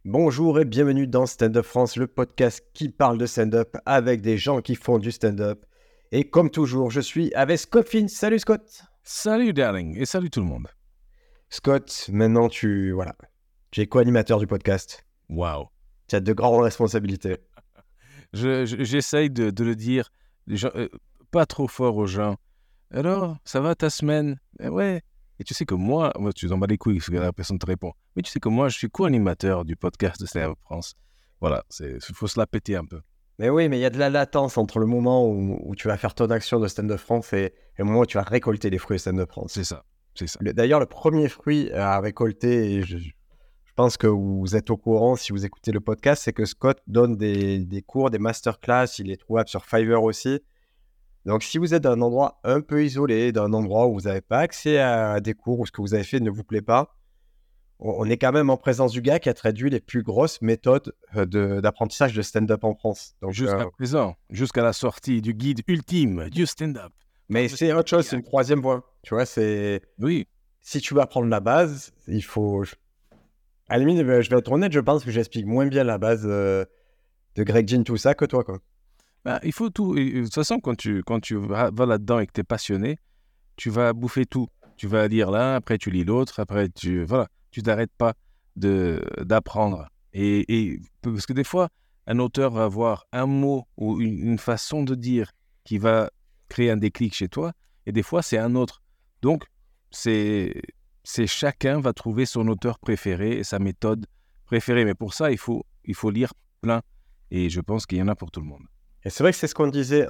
Bonjour et bienvenue dans Stand Up France, le podcast qui parle de stand-up avec des gens qui font du stand-up. Et comme toujours, je suis avec Scott Finn. Salut Scott. Salut darling et salut tout le monde. Scott, maintenant tu es co-animateur du podcast. Waouh. Tu as de grandes responsabilités. J'essaye de le dire pas trop fort aux gens. Alors, ça va ta semaine? Ouais. Et tu sais que moi, tu t'en bats les couilles parce que la personne te répond. Mais tu sais que moi, je suis co-animateur du podcast de Stand Up France. Voilà, il faut se la péter un peu. Mais oui, mais il y a de la latence entre le moment où tu vas faire ton action de Stand Up France et le moment où tu vas récolter les fruits de Stand Up France. C'est ça. D'ailleurs, le premier fruit à récolter, et je pense que vous êtes au courant si vous écoutez le podcast, c'est que Scott donne des cours, des masterclass. Il est trouvable sur Fiverr aussi. Donc, si vous êtes dans un endroit un peu isolé, dans un endroit où vous n'avez pas accès à des cours ou ce que vous avez fait ne vous plaît pas, on est quand même en présence du gars qui a traduit les plus grosses méthodes d'apprentissage de stand-up en France. Donc, Jusqu'à présent, jusqu'à la sortie du guide ultime du stand-up. mais c'est autre chose, c'est une troisième voie. Tu vois, Oui. si tu veux apprendre la base, il faut... À la limite, je vais être honnête, je pense que j'explique moins bien la base de Greg Ginn, tout ça, que toi, quoi. Bah, il faut tout. Et de toute façon, quand tu vas là-dedans et que tu es passionné, tu vas bouffer tout. Tu vas lire l'un, après tu lis l'autre, après tu t'arrêtes pas d'apprendre. Parce que des fois, un auteur va avoir un mot ou une façon de dire qui va créer un déclic chez toi, et des fois, c'est un autre. Donc, c'est chacun va trouver son auteur préféré et sa méthode préférée. Mais pour ça, il faut lire plein. Et je pense qu'il y en a pour tout le monde. Et c'est vrai que c'est ce qu'on disait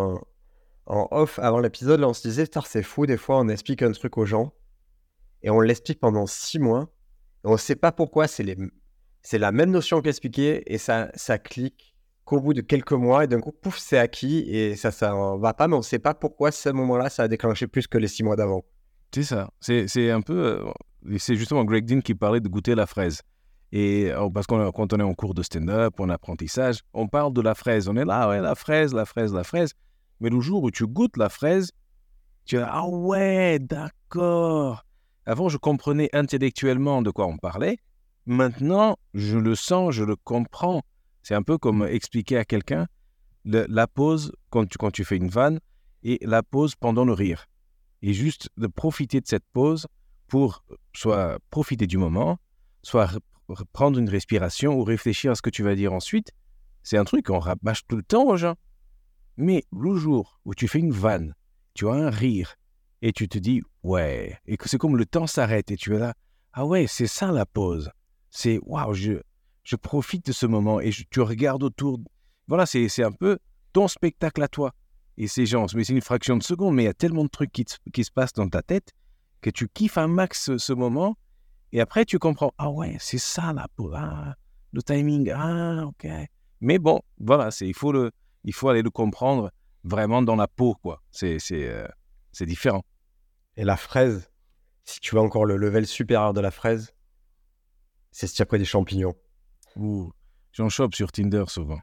en off avant l'épisode. Là, on se disait, putain, c'est fou, des fois, on explique un truc aux gens et on l'explique pendant 6 mois. Et on ne sait pas pourquoi, c'est la même notion qu'expliquer et ça clique qu'au bout de quelques mois et d'un coup, pouf, c'est acquis et ça va pas, mais on ne sait pas pourquoi ce moment-là, ça a déclenché plus que les 6 mois d'avant. C'est ça. C'est un peu... c'est justement Greg Dean qui parlait de goûter la fraise. Et parce que quand on est en cours de stand-up, en apprentissage, on parle de la fraise. On est là, ouais, la fraise. Mais le jour où tu goûtes la fraise, tu dis, ah ouais, d'accord. Avant, je comprenais intellectuellement de quoi on parlait. Maintenant, je le sens, je le comprends. C'est un peu comme expliquer à quelqu'un la pause quand tu fais une vanne et la pause pendant le rire. Et juste de profiter de cette pause pour soit profiter du moment, soit prendre une respiration ou réfléchir à ce que tu vas dire ensuite. C'est un truc qu'on rabâche tout le temps aux gens. Mais le jour où tu fais une vanne, tu as un rire, et tu te dis « ouais », et que c'est comme le temps s'arrête, et tu es là « ah ouais, c'est ça la pause ». C'est « waouh, je profite de ce moment », et tu regardes autour. Voilà, c'est un peu ton spectacle à toi. Et c'est mais c'est une fraction de seconde, mais il y a tellement de trucs qui se passent dans ta tête que tu kiffes un max ce moment. Et après, tu comprends, ah ouais, c'est ça la pause, le timing, ok. Mais bon, voilà, il faut aller le comprendre vraiment dans la peau, quoi. C'est différent. Et la fraise, si tu veux encore le level supérieur de la fraise, c'est si tu as pris des champignons. Ouh, j'en chope sur Tinder souvent.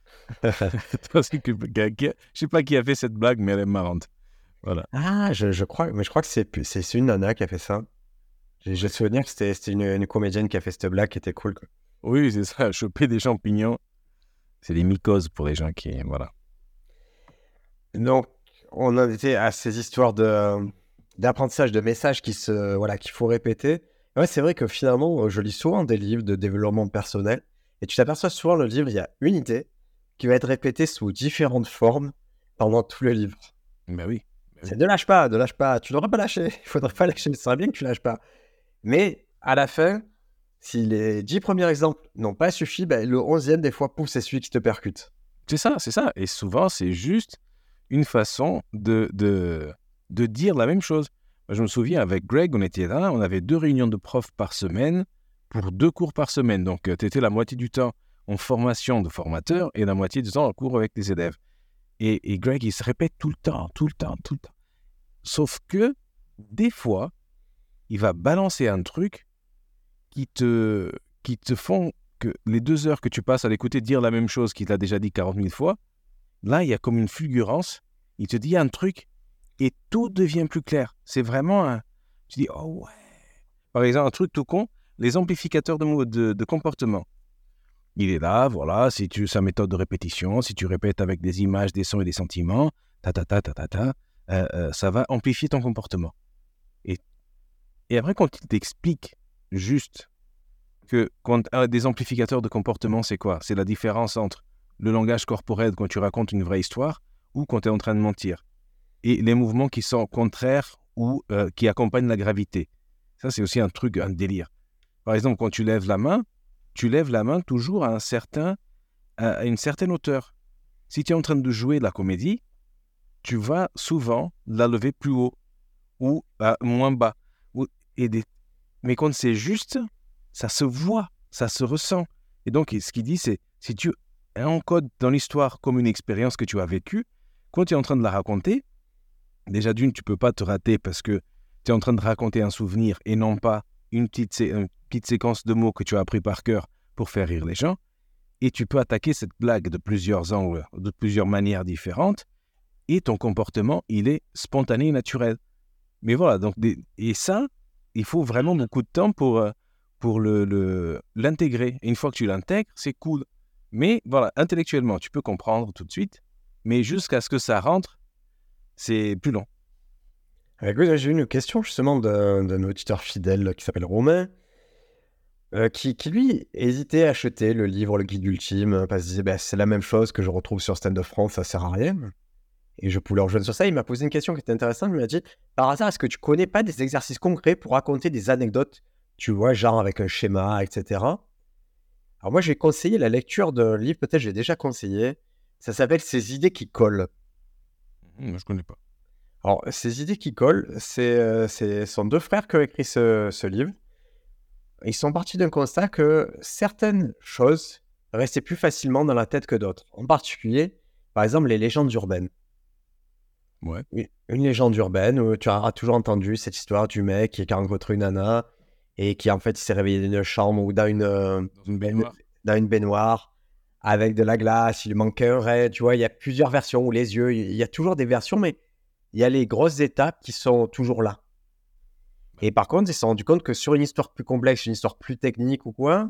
Je sais pas qui a fait cette blague, mais elle est marrante. Voilà. Ah, je crois que c'est une nana qui a fait ça. J'ai le souvenir que c'était une comédienne qui a fait cette blague qui était cool, quoi. Oui, c'est ça, choper des champignons. C'est des mycoses pour les gens qui... Voilà. Donc, on en était à ces histoires d'apprentissage de messages qu'il faut répéter. Et ouais, c'est vrai que finalement, je lis souvent des livres de développement personnel et tu t'aperçois souvent le livre, il y a une idée qui va être répétée sous différentes formes pendant tout le livre. Ben oui. C'est ne lâche pas, tu ne devrais pas lâcher, il faudrait pas lâcher, ce serait bien que tu lâches pas. Mais à la fin, si les 10 premiers exemples n'ont pas suffi, le 11e, des fois, pouf, c'est celui qui te percute. C'est ça. Et souvent, c'est juste une façon de dire la même chose. Moi, je me souviens, avec Greg, on était là, on avait 2 réunions de profs par semaine pour 2 cours par semaine. Donc, tu étais la moitié du temps en formation de formateur et la moitié du temps en cours avec les élèves. Et Greg, il se répète tout le temps. Sauf que, des fois, il va balancer un truc qui te font que les 2 heures que tu passes à l'écouter dire la même chose qu'il t'a déjà dit 40 000 fois, là, il y a comme une fulgurance. Il te dit un truc et tout devient plus clair. C'est vraiment tu dis, oh ouais. Par exemple, un truc tout con, les amplificateurs de comportement. Il est là, voilà, sa méthode de répétition, si tu répètes avec des images, des sons et des sentiments, ça va amplifier ton comportement. Et après, quand il t'explique juste que des amplificateurs de comportement, c'est quoi? C'est la différence entre le langage corporel quand tu racontes une vraie histoire ou quand tu es en train de mentir. Et les mouvements qui sont contraires ou qui accompagnent la gravité. Ça, c'est aussi un délire. Par exemple, quand tu lèves la main toujours à une certaine hauteur. Si tu es en train de jouer de la comédie, tu vas souvent la lever plus haut ou moins bas. Mais quand c'est juste, ça se voit, ça se ressent. Et donc, ce qu'il dit, c'est, si tu encodes dans l'histoire comme une expérience que tu as vécue, quand tu es en train de la raconter, déjà d'une, tu ne peux pas te rater parce que tu es en train de raconter un souvenir et non pas une petite séquence de mots que tu as appris par cœur pour faire rire les gens. Et tu peux attaquer cette blague de plusieurs angles, de plusieurs manières différentes. Et ton comportement, il est spontané et naturel. Mais voilà, et ça, il faut vraiment beaucoup de temps pour l'intégrer. Et une fois que tu l'intègres, c'est cool. Mais voilà, intellectuellement, tu peux comprendre tout de suite. Mais jusqu'à ce que ça rentre, c'est plus long. Écoute, j'ai eu une question justement d'un auditeur fidèle qui s'appelle Romain, qui lui hésitait à acheter le livre Le Guide Ultime parce qu'il disait bah, c'est la même chose que je retrouve sur Stand Up France, ça sert à rien. Et je pouvais rejoindre sur ça. Il m'a posé une question qui était intéressante. Il m'a dit par hasard, est-ce que tu connais pas des exercices concrets pour raconter des anecdotes, tu vois, genre avec un schéma, etc. Alors moi, j'ai conseillé la lecture d'un livre, peut-être j'ai déjà conseillé. Ça s'appelle Ces idées qui collent. Moi, je connais pas. Alors, Ces idées qui collent, ce sont deux frères qui ont écrit ce livre. Ils sont partis d'un constat que certaines choses restaient plus facilement dans la tête que d'autres. En particulier, par exemple, les légendes urbaines. Ouais. Une légende urbaine où tu auras toujours entendu cette histoire du mec qui a rencontré une nana et qui en fait il s'est réveillé dans une chambre ou dans une baignoire avec de la glace, il lui manquait un rêve, tu vois, il y a plusieurs versions ou les yeux, il y a toujours des versions, mais il y a les grosses étapes qui sont toujours là. Et par contre, ils se sont rendus compte que sur une histoire plus complexe, une histoire plus technique ou quoi,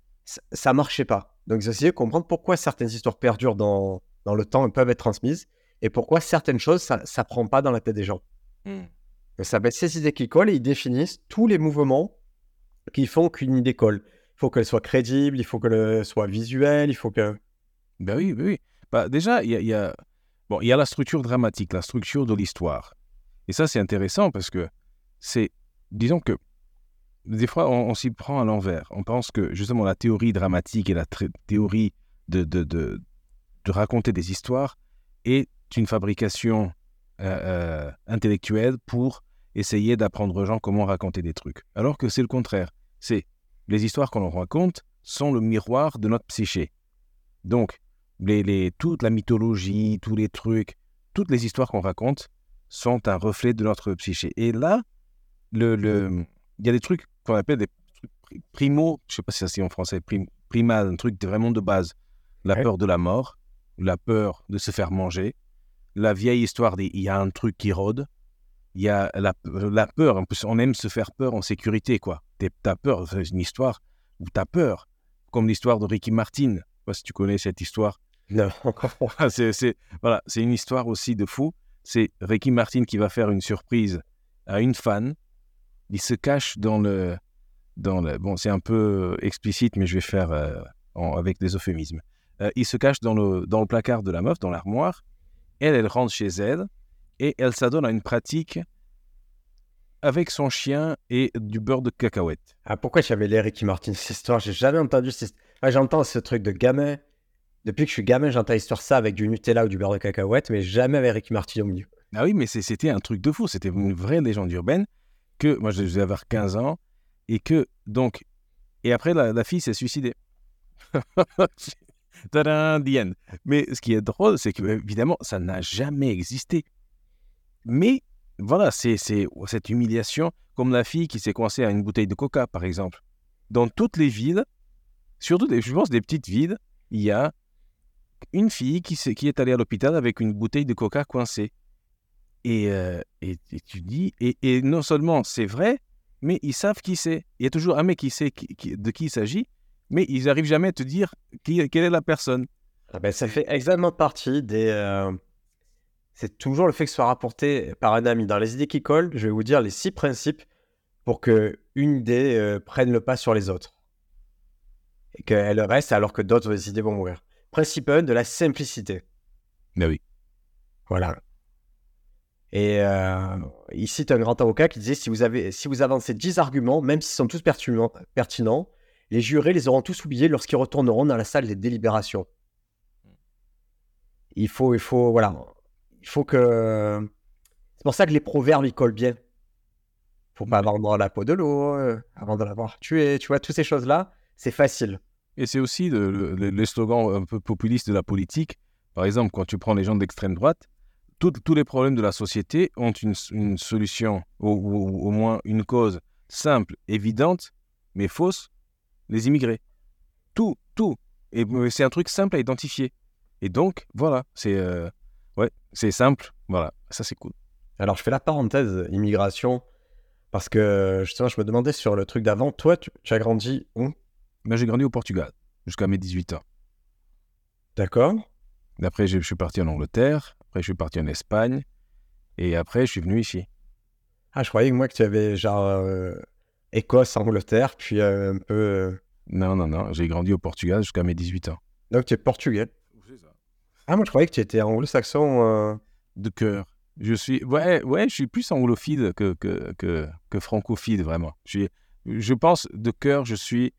ça marchait pas. Donc ils ont essayé de comprendre pourquoi certaines histoires perdurent dans le temps et peuvent être transmises et pourquoi certaines choses, ça prend pas dans la tête des gens. Donc, ça s'appelle Ces idées qui collent et ils définissent tous les mouvements qui font qu'une idée colle. Il faut qu'elle soit crédible, il faut qu'elle soit visuelle, il faut que... Ben oui, ben oui. Bah, déjà, il y a la structure dramatique, la structure de l'histoire. Et ça, c'est intéressant parce que disons que des fois, on s'y prend à l'envers. On pense que justement la théorie dramatique et la théorie de raconter des histoires est une fabrication intellectuelle pour essayer d'apprendre aux gens comment raconter des trucs. Alors que c'est le contraire. Les histoires qu'on raconte sont le miroir de notre psyché. Donc, toute la mythologie, tous les trucs, toutes les histoires qu'on raconte sont un reflet de notre psyché. Et là, il y a des trucs qu'on appelle des trucs primo, je ne sais pas si ça se dit en français, primal, un truc vraiment de base. La peur de la mort, la peur de se faire manger, la vieille histoire il y a un truc qui rôde, il y a la peur, en plus on aime se faire peur en sécurité, quoi. T'as peur, c'est une histoire où t'as peur, comme l'histoire de Ricky Martin. Je sais pas si tu connais cette histoire. Non. C'est une histoire aussi de fou. C'est Ricky Martin qui va faire une surprise à une fan. Il se cache dans le bon, c'est un peu explicite, mais je vais faire avec des euphémismes. Il se cache dans le placard de la meuf, dans l'armoire. Elle rentre chez elle et elle s'adonne à une pratique avec son chien et du beurre de cacahuète. Ah, pourquoi j'avais l'air Ricky Martin, cette histoire? J'ai jamais entendu cette histoire. Enfin, j'entends ce truc de gamin. Depuis que je suis gamin, j'entends l'histoire ça avec du Nutella ou du beurre de cacahuète, mais jamais avec Ricky Martin au milieu. Ah oui, mais c'était un truc de fou. C'était une vraie légende urbaine que moi, je devais avoir 15 ans et que, donc, et après, la fille s'est suicidée. Tadam, the end. Mais ce qui est drôle, c'est que, évidemment, ça n'a jamais existé. Mais voilà, c'est cette humiliation, comme la fille qui s'est coincée à une bouteille de coca, par exemple. Dans toutes les villes, surtout, je pense, des petites villes, il y a une fille qui est allée à l'hôpital avec une bouteille de coca coincée. Et tu dis, et non seulement c'est vrai, mais ils savent qui c'est. Il y a toujours un mec qui sait de qui il s'agit, mais ils n'arrivent jamais à te dire quelle est la personne. Ah ben, ça fait exactement partie des... c'est toujours le fait que ce soit rapporté par un ami. Dans les idées qui collent, je vais vous dire les 6 principes pour qu'une idée prenne le pas sur les autres. Et qu'elle reste alors que d'autres idées vont mourir. Principe 1, de la simplicité. Mais oui. Voilà. Et il cite un grand avocat qui disait, si vous avancez 10 arguments, même s'ils sont tous pertinents, les jurés les auront tous oubliés lorsqu'ils retourneront dans la salle des délibérations. Il faut que... C'est pour ça que les proverbes, ils collent bien. Faut pas vendre la peau de l'eau avant de l'avoir tué. Tu vois, toutes ces choses-là, c'est facile. Et c'est aussi le slogan un peu populiste de la politique. Par exemple, quand tu prends les gens d'extrême droite, tous les problèmes de la société ont une solution, ou au moins une cause simple, évidente, mais fausse, les immigrés. Tout. Et c'est un truc simple à identifier. Et donc, voilà, c'est simple, voilà, ça c'est cool. Alors, je fais la parenthèse immigration, parce que justement, je me demandais sur le truc d'avant. Toi, tu as grandi où? Mais j'ai grandi au Portugal, jusqu'à mes 18 ans. D'accord. Après, je suis parti en Angleterre, après je suis parti en Espagne, et après je suis venu ici. Ah, je croyais que moi que tu avais genre Écosse, Angleterre, puis un peu... Non, j'ai grandi au Portugal jusqu'à mes 18 ans. Donc, tu es portugais. C'est ça. Ah, moi, je croyais que tu étais anglo-saxon. De cœur. Je suis plus anglophile que francophile, vraiment. Je pense, de cœur, je suis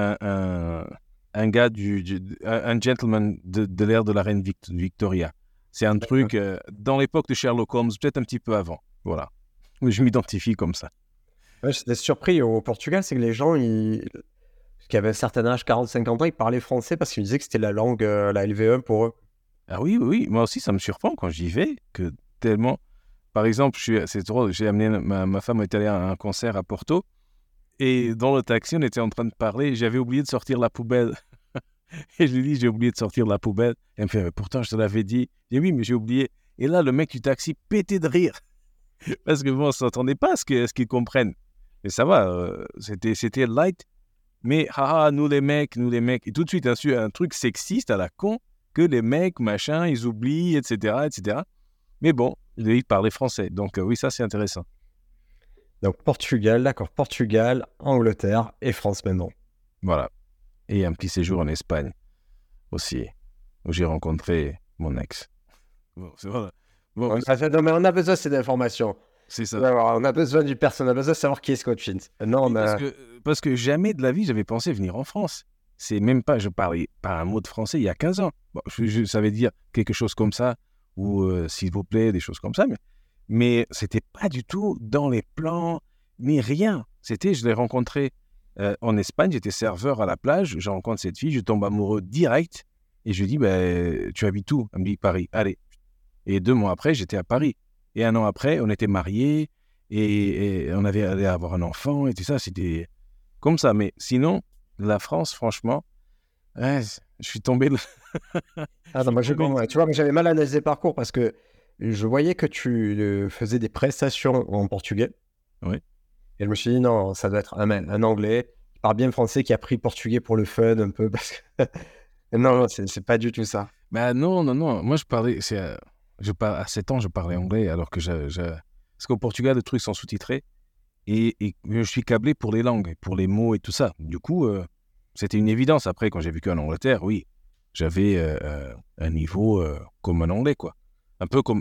un gars, un gentleman de l'ère de la reine Victoria. C'est un truc, dans l'époque de Sherlock Holmes, peut-être un petit peu avant. Voilà. Je m'identifie comme ça. Ouais, j'étais surpris au Portugal, c'est que les gens qui avaient un certain âge, 40-50 ans, ils parlaient français parce qu'ils disaient que c'était la langue, la LV1 pour eux. Ah oui, moi aussi, ça me surprend quand j'y vais, que tellement... Par exemple, c'est drôle, j'ai amené ma femme est allée à un concert à Porto, et dans le taxi, on était en train de parler, j'avais oublié de sortir la poubelle. Et je lui dis, j'ai oublié de sortir la poubelle. Elle me fait, mais pourtant, je te l'avais dit. Je dis, oui, mais j'ai oublié. Et là, le mec du taxi pétait de rire. Parce que bon, on ne s'entendait pas à ce qu'ils comprennent. Mais ça va, c'était light. Mais, nous les mecs. Et tout de suite, un truc sexiste à la con, que les mecs, machin, ils oublient, etc., etc. Mais bon, ils parlaient français. Donc oui, ça, c'est intéressant. Donc, Portugal, d'accord. Portugal, Angleterre et France maintenant. Voilà. Et un petit séjour en Espagne aussi, où j'ai rencontré mon ex. Bon, c'est voilà. Bon, Non, mais on a besoin de ces informations. c'est ça. On a besoin du personnage, on a besoin de savoir qui est Scott Fins. Non, Oui, parce que jamais de la vie, j'avais pensé venir en France. C'est même pas, je parlais pas un mot de français il y a 15 ans. Bon, je savais dire quelque chose comme ça, ou s'il vous plaît, des choses comme ça, mais c'était pas du tout dans les plans, ni rien. Je l'ai rencontré en Espagne, j'étais serveur à la plage, je rencontre cette fille, je tombe amoureux direct, et je lui dis, tu habites où? Elle me dit, Paris, allez. Et 2 mois après, j'étais à Paris. Et 1 an après, on était mariés, et on avait allé avoir un enfant, et tout ça, c'était comme ça. Mais sinon, la France, franchement, je suis tombé... Ah non, moi je comprends. Tu vois, mais j'avais mal analysé le parcours parce que je voyais que tu faisais des prestations en portugais. Oui. Et je me suis dit, non, ça doit être un Anglais qui parle bien français, qui a pris portugais pour le fun un peu. Parce que... non, c'est pas du tout ça. Non. Moi, à 7 ans, je parlais anglais, alors que parce qu'au Portugal, les trucs sont sous-titrés. Et je suis câblé pour les langues, pour les mots et tout ça. Du coup, c'était une évidence. Après, quand j'ai vécu en Angleterre, oui, j'avais un niveau comme un anglais, quoi. Un peu comme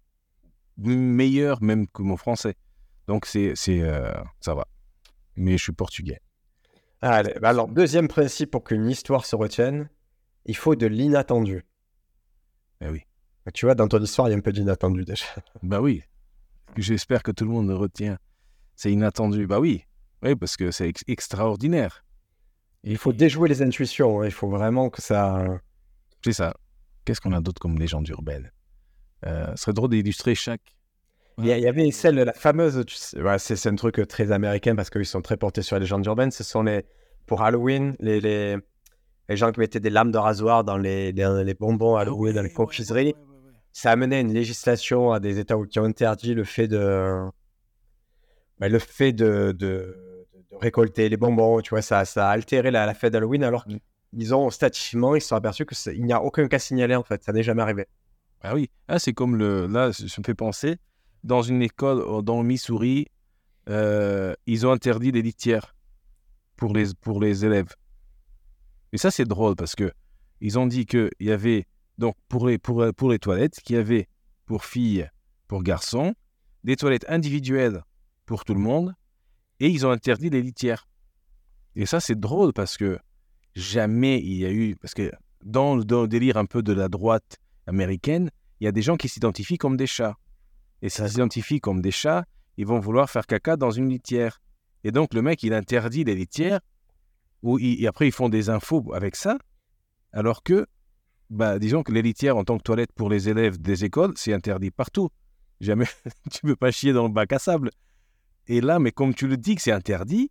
meilleur même que mon français. Donc, ça va. Mais je suis portugais. Allez, alors, deuxième principe pour qu'une histoire se retienne, il faut de l'inattendu. Eh oui. Tu vois, dans ton histoire, il y a un peu d'inattendu déjà. Bah oui. J'espère que tout le monde le retient. C'est inattendu. Bah oui, parce que c'est extraordinaire. Il faut déjouer les intuitions. Hein. Il faut vraiment que ça... C'est ça. Qu'est-ce qu'on a d'autre comme légende urbaine? Ce serait drôle d'illustrer chaque... Il y avait celle, la fameuse... c'est un truc très américain parce qu'ils sont très portés sur les légendes urbaines. Ce sont pour Halloween, les gens qui mettaient des lames de rasoir dans les bonbons Halloween, dans les confiseries. Ça a amené une législation à des États qui ont interdit le fait de de récolter les bonbons, tu vois, ça a altéré la fête d'Halloween, alors Mm. qu'ils ont statistiquement, ils se sont aperçus qu'il n'y a aucun cas signalé, en fait, ça n'est jamais arrivé. Ah oui, c'est comme là, ça me fait penser, dans une école dans le Missouri, ils ont interdit les litières pour les élèves. Et ça, c'est drôle parce que ils ont dit qu'il y avait, donc pour les toilettes, qu'il y avait pour filles, pour garçons, des toilettes individuelles pour tout le monde, et ils ont interdit les litières. Et ça, c'est drôle parce que jamais il y a eu, parce que dans le délire un peu de la droite américaine, il y a des gens qui s'identifient comme des chats. Et s'ils s'identifient comme des chats, ils vont vouloir faire caca dans une litière. Et donc, le mec, il interdit les litières, et après, ils font des infos avec ça, alors que, disons que les litières en tant que toilette pour les élèves des écoles, c'est interdit partout. Jamais, tu peux pas chier dans le bac à sable. Et là, mais comme tu le dis que c'est interdit,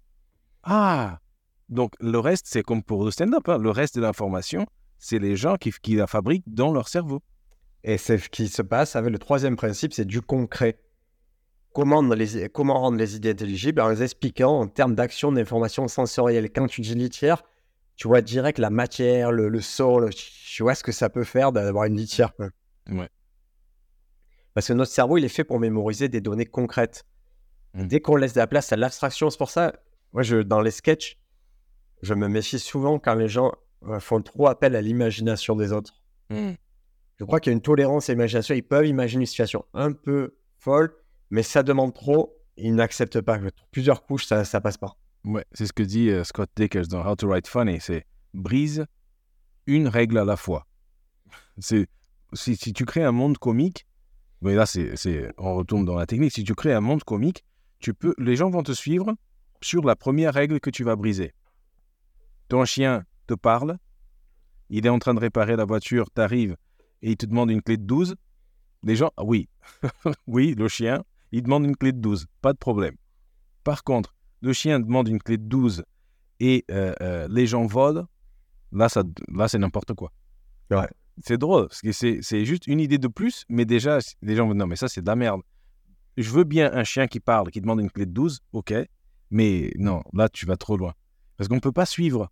donc le reste, c'est comme pour le stand-up, hein, le reste de l'information, c'est les gens qui la fabriquent dans leur cerveau. Et c'est ce qui se passe avec le troisième principe, c'est du concret. Comment rendre les idées intelligibles en les expliquant en termes d'action, d'information sensorielle. Quand tu dis litière, tu vois direct la matière, le son, tu vois ce que ça peut faire d'avoir une litière. Ouais. Parce que notre cerveau, il est fait pour mémoriser des données concrètes. Mm. Dès qu'on laisse de la place à l'abstraction, c'est pour ça, moi, dans les sketchs, je me méfie souvent quand les gens font trop appel à l'imagination des autres. Je crois qu'il y a une tolérance à l'imagination. Ils peuvent imaginer une situation un peu folle, mais ça demande trop, ils n'acceptent pas. Plusieurs couches, ça passe pas. Ouais, c'est ce que dit Scott Dickers dans How to Write Funny, c'est brise une règle à la fois. Si tu crées un monde comique, mais là on retourne dans la technique, si tu crées un monde comique, les gens vont te suivre sur la première règle que tu vas briser. Ton chien te parle, il est en train de réparer la voiture, t'arrives et il te demande une clé de 12. Les gens, oui, oui, le chien, il demande une clé de 12, pas de problème. Par contre, le chien demande une clé de 12 et les gens volent, là c'est n'importe quoi. Ouais. C'est drôle, parce que c'est juste une idée de plus, mais déjà, les gens vont dire, non, mais ça, c'est de la merde. Je veux bien un chien qui parle, qui demande une clé de 12, ok, mais non, là, tu vas trop loin. Parce qu'on ne peut pas suivre.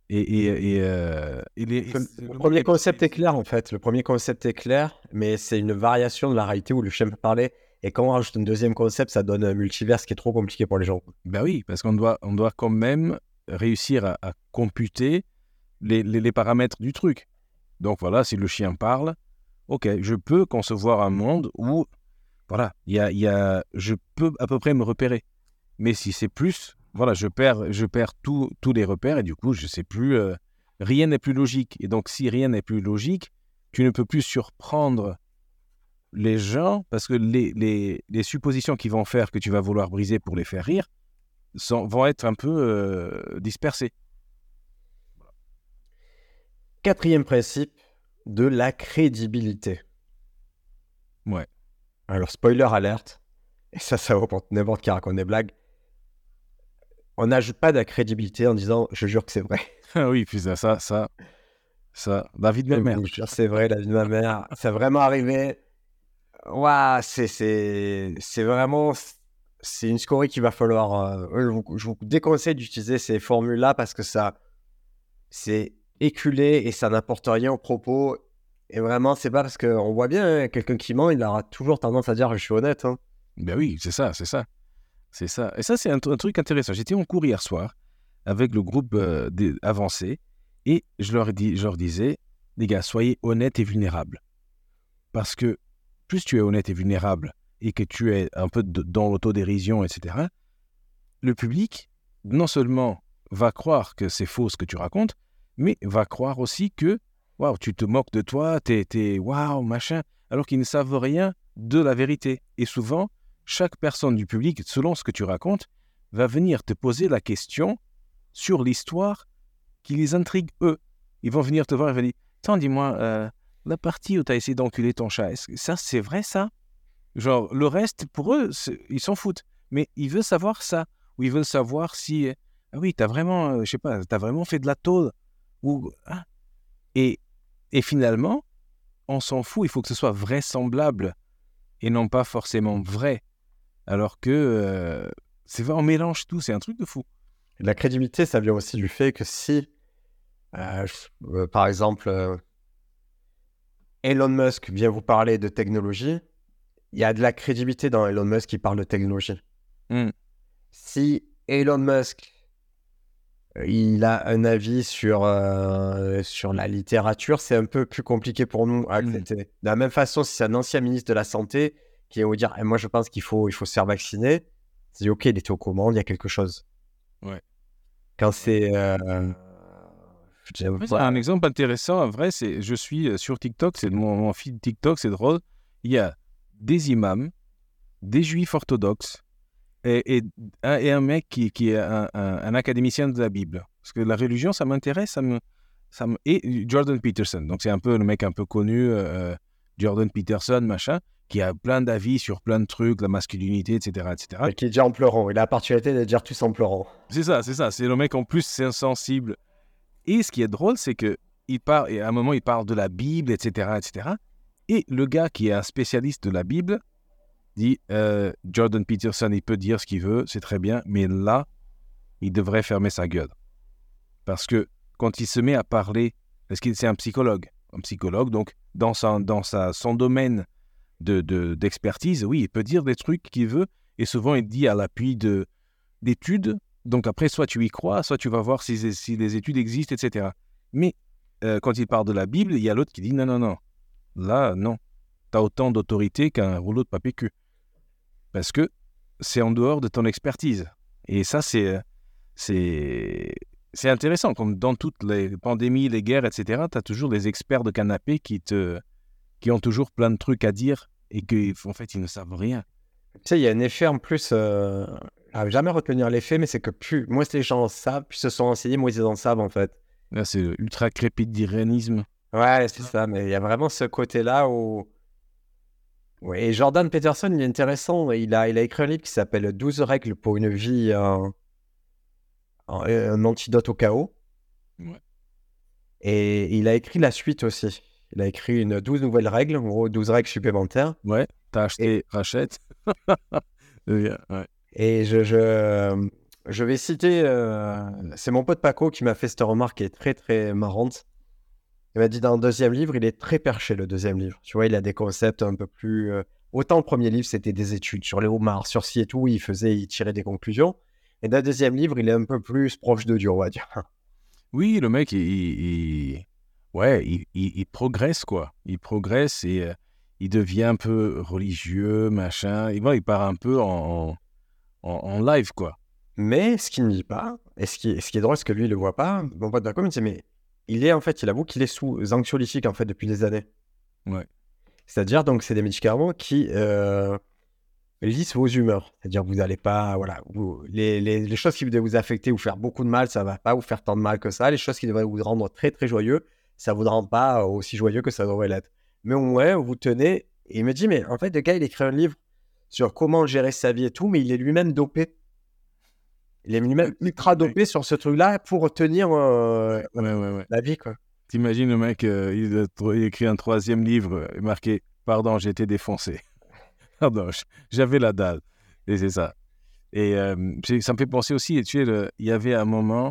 Le premier concept est clair, en fait. Le premier concept est clair, mais c'est une variation de la réalité où le chien peut parler. Et quand on rajoute un deuxième concept, ça donne un multivers qui est trop compliqué pour les gens. Ben oui, parce qu'on doit quand même réussir à computer les paramètres du truc. Donc voilà, si le chien parle, ok, je peux concevoir un monde où, voilà, je peux à peu près me repérer. Mais si c'est plus, voilà, je perds tous les repères et du coup, je sais plus, rien n'est plus logique. Et donc, si rien n'est plus logique, tu ne peux plus surprendre les gens parce que les suppositions qu'ils vont faire que tu vas vouloir briser pour les faire rire vont être un peu dispersées. Quatrième principe, de la crédibilité. Ouais. Alors, spoiler alerte, et ça vaut pour n'importe qui raconte des blagues, on n'ajoute pas de la crédibilité en disant « je jure que c'est vrai ». Ah oui, puis ça, la vie de ma mère. Je jure c'est vrai, la vie de ma mère, c'est vraiment arrivé. Waouh, c'est vraiment... C'est une scorie qu'il va falloir... je vous déconseille d'utiliser ces formules-là parce que c'est éculé et ça n'apporte rien au propos. Et vraiment, c'est pas parce qu'on voit bien, hein, quelqu'un qui ment, il aura toujours tendance à dire « je suis honnête hein. ». Ben oui, c'est ça. C'est ça. Et ça, c'est un truc intéressant. J'étais en cours hier soir avec le groupe avancé et je leur disais, les gars, soyez honnêtes et vulnérables. Parce que plus tu es honnête et vulnérable et que tu es un peu dans l'autodérision, etc., le public, non seulement va croire que c'est faux ce que tu racontes, mais va croire aussi que waouh, tu te moques de toi, t'es waouh, machin, alors qu'ils ne savent rien de la vérité. Et souvent, chaque personne du public, selon ce que tu racontes, va venir te poser la question sur l'histoire qui les intrigue eux. Ils vont venir te voir et vont dire « Attends, dis-moi, la partie où tu as essayé d'enculer ton chat, est-ce que ça, c'est vrai ça ?» Genre, le reste, pour eux, ils s'en foutent. Mais ils veulent savoir ça. Ou ils veulent savoir si... ah oui, t'as vraiment, je sais pas, t'as vraiment fait de la tôle. Ou, ah. Et finalement, on s'en fout. Il faut que ce soit vraisemblable et non pas forcément vrai. Alors que, c'est vrai, on mélange tout. C'est un truc de fou. La crédibilité, ça vient aussi du fait que si, par exemple, Elon Musk vient vous parler de technologie, il y a de la crédibilité dans Elon Musk qui parle de technologie. Si Elon Musk, il a un avis sur la littérature, c'est un peu plus compliqué pour nous à accepter. De la même façon, si c'est un ancien ministre de la Santé qui va vous dire moi je pense qu'il faut se faire vacciner, c'est ok, il était au courant, il y a quelque chose. Ouais. Quand c'est... C'est un exemple intéressant, en vrai, je suis sur TikTok, c'est mon feed TikTok, c'est drôle. Il y a des imams, des juifs orthodoxes et un mec qui est un académicien de la Bible. Parce que la religion, ça m'intéresse, et Jordan Peterson. Donc c'est un peu le mec un peu connu, Jordan Peterson, machin, qui a plein d'avis sur plein de trucs, la masculinité, etc. etc. Et qui est déjà en pleurant. Il a la particularité de dire tous en pleurant. C'est ça. C'est le mec en plus, c'est insensible. Et ce qui est drôle, c'est que et à un moment, il parle de la Bible, etc., etc. Et le gars qui est un spécialiste de la Bible dit Jordan Peterson, il peut dire ce qu'il veut, c'est très bien, mais là, il devrait fermer sa gueule. Parce que quand il se met à parler, parce que c'est un psychologue, donc dans son domaine d'expertise, oui, il peut dire des trucs qu'il veut, et souvent il dit à l'appui d'études. Donc après, soit tu y crois, soit tu vas voir si les études existent, etc. Mais quand il parle de la Bible, il y a l'autre qui dit non. Là, non. Tu as autant d'autorité qu'un rouleau de papier cul. Parce que c'est en dehors de ton expertise. Et ça, c'est intéressant. Comme dans toutes les pandémies, les guerres, etc., tu as toujours les experts de canapé qui ont toujours plein de trucs à dire et qu'en fait, ils ne savent rien. Tu sais, il y a un effet en plus... Je ne vais jamais retenir l'effet, mais c'est que plus les gens en savent, plus se sont enseignés, moins ils en savent en fait. Là, c'est ultra crépidirianisme. Ouais, c'est ça, mais il y a vraiment ce côté-là où... Ouais, et Jordan Peterson, il est intéressant. Il a écrit un livre qui s'appelle 12 règles pour une vie, un antidote au chaos. Ouais. Et il a écrit la suite aussi. Il a écrit 12 nouvelles règles, en gros 12 règles supplémentaires. Ouais, t'as acheté, rachète. Ouais. Et je vais citer, c'est mon pote Paco qui m'a fait cette remarque qui est très très marrante. Il m'a dit dans le deuxième livre, il est très perché le deuxième livre. Tu vois, il a des concepts un peu plus... Autant le premier livre, c'était des études sur les homards, sur ci et tout, il tirait des conclusions. Et dans le deuxième livre, il est un peu plus proche de Dieu, on va dire. Oui, le mec, il progresse, quoi. Il progresse et il devient un peu religieux, machin. Et bon, il part un peu en live, quoi. Mais ce qu'il ne dit pas, et ce qui est drôle, c'est que lui, il le voit pas, mon pote Paco me dit, mais il avoue qu'il est sous anxiolytique, en fait, depuis des années. Ouais. C'est-à-dire, donc, c'est des médicaments qui lissent vos humeurs. C'est-à-dire, vous n'allez pas, voilà, les choses qui devraient vous affecter ou faire beaucoup de mal, ça ne va pas vous faire tant de mal que ça. Les choses qui devraient vous rendre très, très joyeux, ça ne vous rend pas aussi joyeux que ça devrait l'être. Mais au moins, vous tenez. Et il me dit, mais en fait, le gars, il écrit un livre sur comment gérer sa vie et tout, mais il est lui-même dopé. Il est lui-même ultra dopé sur ce truc-là pour tenir la vie, quoi. T'imagines le mec, il écrit un troisième livre, marqué « Pardon, j'ai été défoncé. Pardon, j'avais la dalle. » Et c'est ça. Et ça me fait penser aussi, tu sais, il y avait un moment,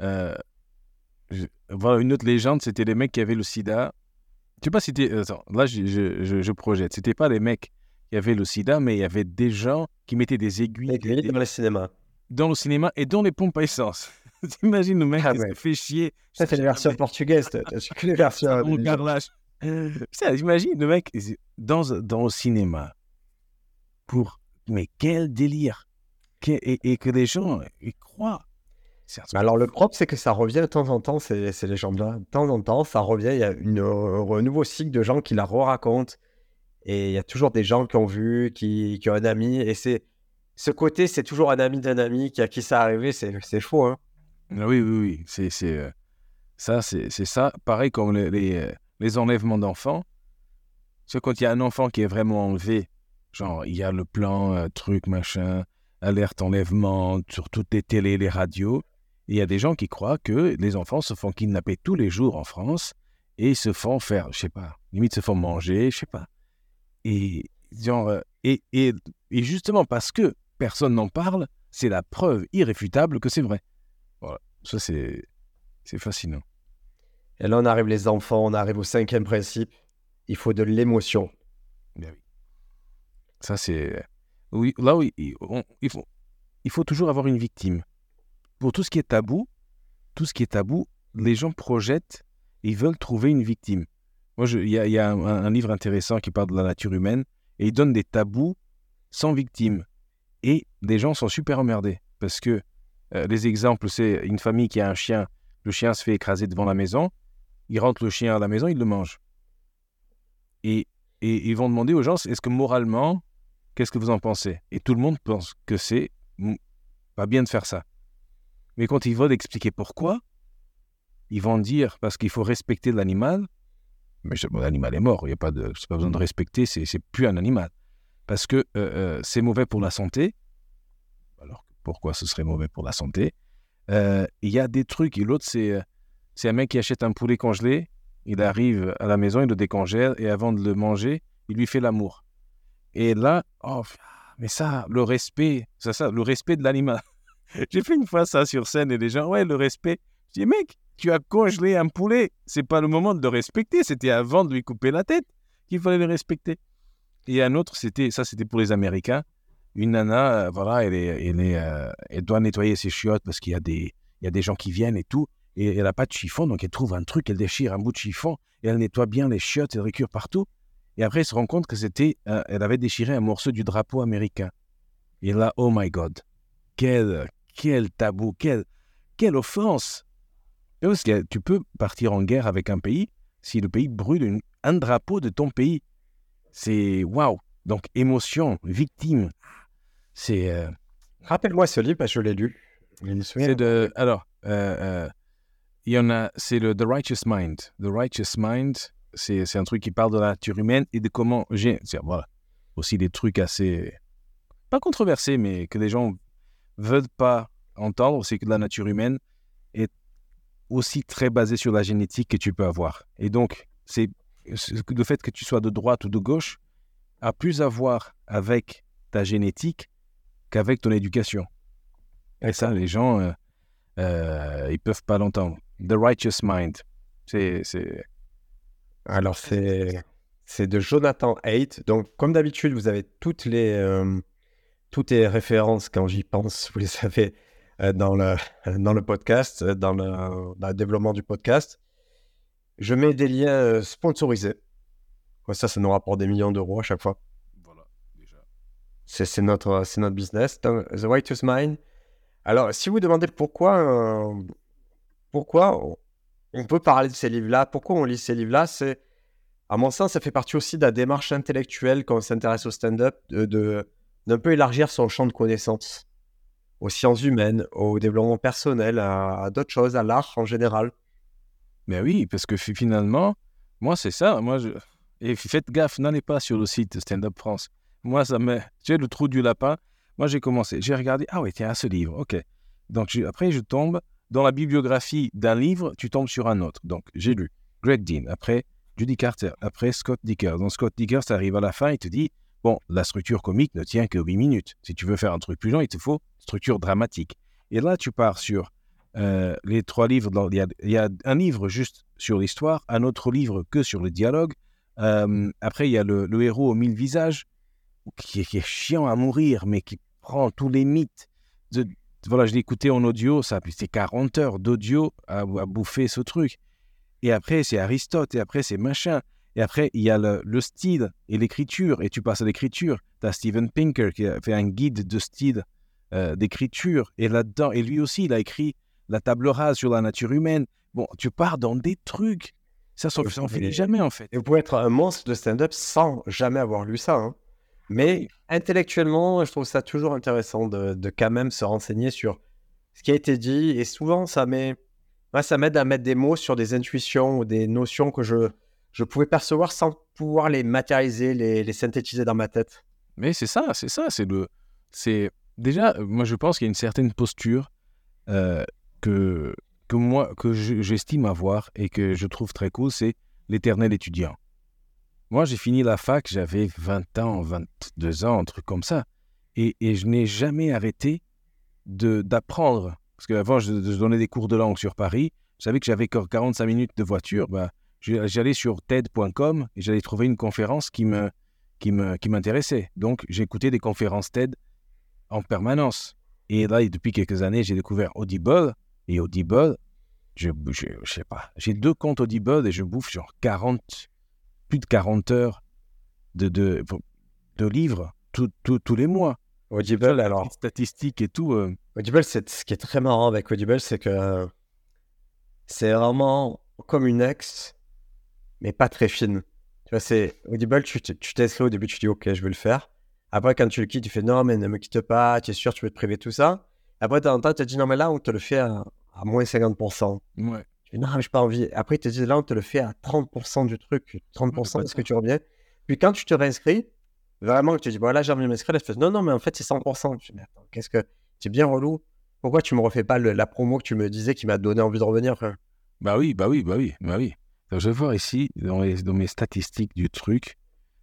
voilà, une autre légende, c'était les mecs qui avaient le sida. Je sais pas si c'était... Attends, là, je projette. C'était pas les mecs qui avaient le sida, mais il y avait des gens qui mettaient des aiguilles dans le cinéma. Dans le cinéma et dans les pompes à essence. T'imagines le mec qui se fait chier. Ça, c'est les versions portugaises. C'est que les versions... En carrelage. Putain, t'imagines le mec dans le cinéma. Mais quel délire. Et que les gens y croient. Alors, le propre, c'est que ça revient de temps en temps, ces légendes-là. De temps en temps, ça revient. Il y a un nouveau cycle de gens qui la racontent. Et il y a toujours des gens qui ont vu, qui ont un ami. Et ce côté, c'est toujours un ami d'un ami à qui ça arrivé. C'est faux, hein. Oui. C'est ça. Pareil comme les enlèvements d'enfants. Tu sais, quand il y a un enfant qui est vraiment enlevé, genre, il y a le plan, truc, machin, alerte enlèvement sur toutes les télés, les radios. Et il y a des gens qui croient que les enfants se font kidnapper tous les jours en France et se font faire, je sais pas, limite se font manger, je sais pas. Et, genre, et justement parce que personne n'en parle, c'est la preuve irréfutable que c'est vrai. Ça, c'est fascinant. Et là, on arrive les enfants, on arrive au 5e principe. Il faut de l'émotion. Ben oui. Ça, c'est... Oui, là, oui, il faut toujours avoir une victime. Pour tout ce qui est tabou, les gens projettent, ils veulent trouver une victime. Moi, il y a un livre intéressant qui parle de la nature humaine et il donne des tabous sans victime. Et les gens sont super emmerdés parce que les exemples, c'est une famille qui a un chien, le chien se fait écraser devant la maison, il rentre le chien à la maison, il le mange. Et ils vont demander aux gens, est-ce que moralement, qu'est-ce que vous en pensez? Et tout le monde pense que c'est pas bien de faire ça. Mais quand ils veulent expliquer pourquoi, ils vont dire parce qu'il faut respecter l'animal. Mais l'animal est mort, c'est pas besoin de respecter, c'est plus un animal. Parce que c'est mauvais pour la santé. Alors, pourquoi ce serait mauvais pour la santé? Il y a des trucs, et l'autre, c'est un mec qui achète un poulet congelé, il arrive à la maison, il le décongèle, et avant de le manger, il lui fait l'amour. Et là, mais ça, le respect, c'est ça, le respect de l'animal. J'ai fait une fois ça sur scène, et les gens, ouais, le respect. Je dis, mec, tu as congelé un poulet, c'est pas le moment de le respecter, c'était avant de lui couper la tête qu'il fallait le respecter. Et un autre, c'était pour les Américains. Une nana, voilà, elle doit nettoyer ses chiottes parce qu'il y a des gens qui viennent et tout. Et elle n'a pas de chiffon, donc elle trouve un truc, elle déchire un bout de chiffon et elle nettoie bien les chiottes, elle récure partout. Et après, elle se rend compte que elle avait déchiré un morceau du drapeau américain. Et là, oh my God, quel tabou, quelle offense. Parce que tu peux partir en guerre avec un pays si le pays brûle un drapeau de ton pays. C'est waouh. Donc, émotion, victime. C'est. Rappelle-moi ce livre, parce que je l'ai lu. Alors, il y en a, c'est le The Righteous Mind. The Righteous Mind, c'est un truc qui parle de la nature humaine et de comment. Voilà. Aussi des trucs assez. Pas controversés, mais que les gens veulent pas entendre. C'est que la nature humaine est aussi très basée sur la génétique que tu peux avoir. Et donc, c'est le fait que tu sois de droite ou de gauche a plus à voir avec ta génétique qu'avec ton éducation. Et ça, les gens, ils peuvent pas l'entendre. The Righteous Mind. Alors, c'est de Jonathan Haidt. Donc, comme d'habitude, vous avez toutes les références, quand j'y pense, vous les savez, dans le podcast, dans le développement du podcast. Je mets des liens sponsorisés. Ça nous rapporte des millions d'euros à chaque fois. Voilà, déjà. C'est notre business. Donc, The Righteous Mind. Alors, si vous demandez pourquoi on peut parler de ces livres-là, pourquoi on lit ces livres-là, c'est, à mon sens, ça fait partie aussi de la démarche intellectuelle quand on s'intéresse au stand-up, d'un peu élargir son champ de connaissances aux sciences humaines, au développement personnel, à d'autres choses, à l'art en général. Mais oui, parce que finalement, moi, c'est ça. Et faites gaffe, n'allez pas sur le site Stand Up France. Moi, tu sais, le trou du lapin. Moi, j'ai commencé, j'ai regardé, ah oui, tiens, ce livre, ok. Donc, après, je tombe dans la bibliographie d'un livre, tu tombes sur un autre. Donc, j'ai lu Greg Dean, après Judy Carter, après Scott Dickers. Donc, Scott Dickers, ça arrive à la fin, il te dit, bon, la structure comique ne tient que 8 minutes. Si tu veux faire un truc plus long, il te faut structure dramatique. Et là, tu pars sur les 3 livres. Il y a un livre juste sur l'histoire, un autre livre que sur le dialogue. Après, il y a le héros aux 1000 visages, qui est chiant à mourir, mais qui prend tous les mythes. Voilà, je l'ai écouté en audio, ça c'est 40 heures d'audio à bouffer ce truc. Et après, c'est Aristote, et après, c'est machin. Et après, il y a le style et l'écriture, et tu passes à l'écriture. Tu as Steven Pinker qui a fait un guide de style d'écriture, et là-dedans, et lui aussi, il a écrit La table rase sur la nature humaine. Bon, tu pars dans des trucs. Ça s'en finit jamais, en fait. Et vous pouvez être un monstre de stand-up sans jamais avoir lu ça. Hein. Mais intellectuellement, je trouve ça toujours intéressant de quand même se renseigner sur ce qui a été dit. Et souvent, ça m'aide à mettre des mots sur des intuitions ou des notions que je pouvais percevoir sans pouvoir les matérialiser, les synthétiser dans ma tête. Mais c'est ça. Déjà, moi, je pense qu'il y a une certaine posture que j'estime avoir et que je trouve très cool, c'est l'éternel étudiant. Moi, j'ai fini la fac, j'avais 20 ans, 22 ans, un truc comme ça. Et je n'ai jamais arrêté d'apprendre parce qu'avant, je donnais des cours de langue sur Paris. Je savais que j'avais que 45 minutes de voiture. Bah, j'allais sur TED.com et j'allais trouver une conférence qui m'intéressait. Donc, j'écoutais des conférences TED en permanence. Et là, depuis quelques années, j'ai découvert Audible. Et Audible, je sais pas, j'ai 2 comptes Audible et je bouffe genre plus de 40 heures de livres tous les mois. Audible, alors, Statistiques et tout. Audible, ce qui est très marrant avec Audible, c'est que c'est vraiment comme une ex, mais pas très fine. Tu vois, c'est Audible, tu t'inscris au début, tu dis OK, je vais le faire. Après, quand tu le quittes, tu fais non, mais ne me quitte pas, tu es sûr, tu veux te priver, tout ça. Après, de temps en temps, tu te dis non, mais là, on te le fait à moins 50%. Ouais. Tu fais non, mais j'ai pas envie. Après, ils te disent là, on te le fait à 30% du truc. 30%, est-ce que tu reviens? Puis quand tu te réinscris, vraiment, que tu dis bon, là, j'ai envie de m'inscrire, là, tu fais non, mais en fait, c'est 100%. Je dis mais attends, qu'est-ce que. C'est bien relou. Pourquoi tu me refais pas la promo que tu me disais qui m'a donné envie de revenir, frère? Bah oui. Donc, je vais voir ici, dans mes statistiques du truc,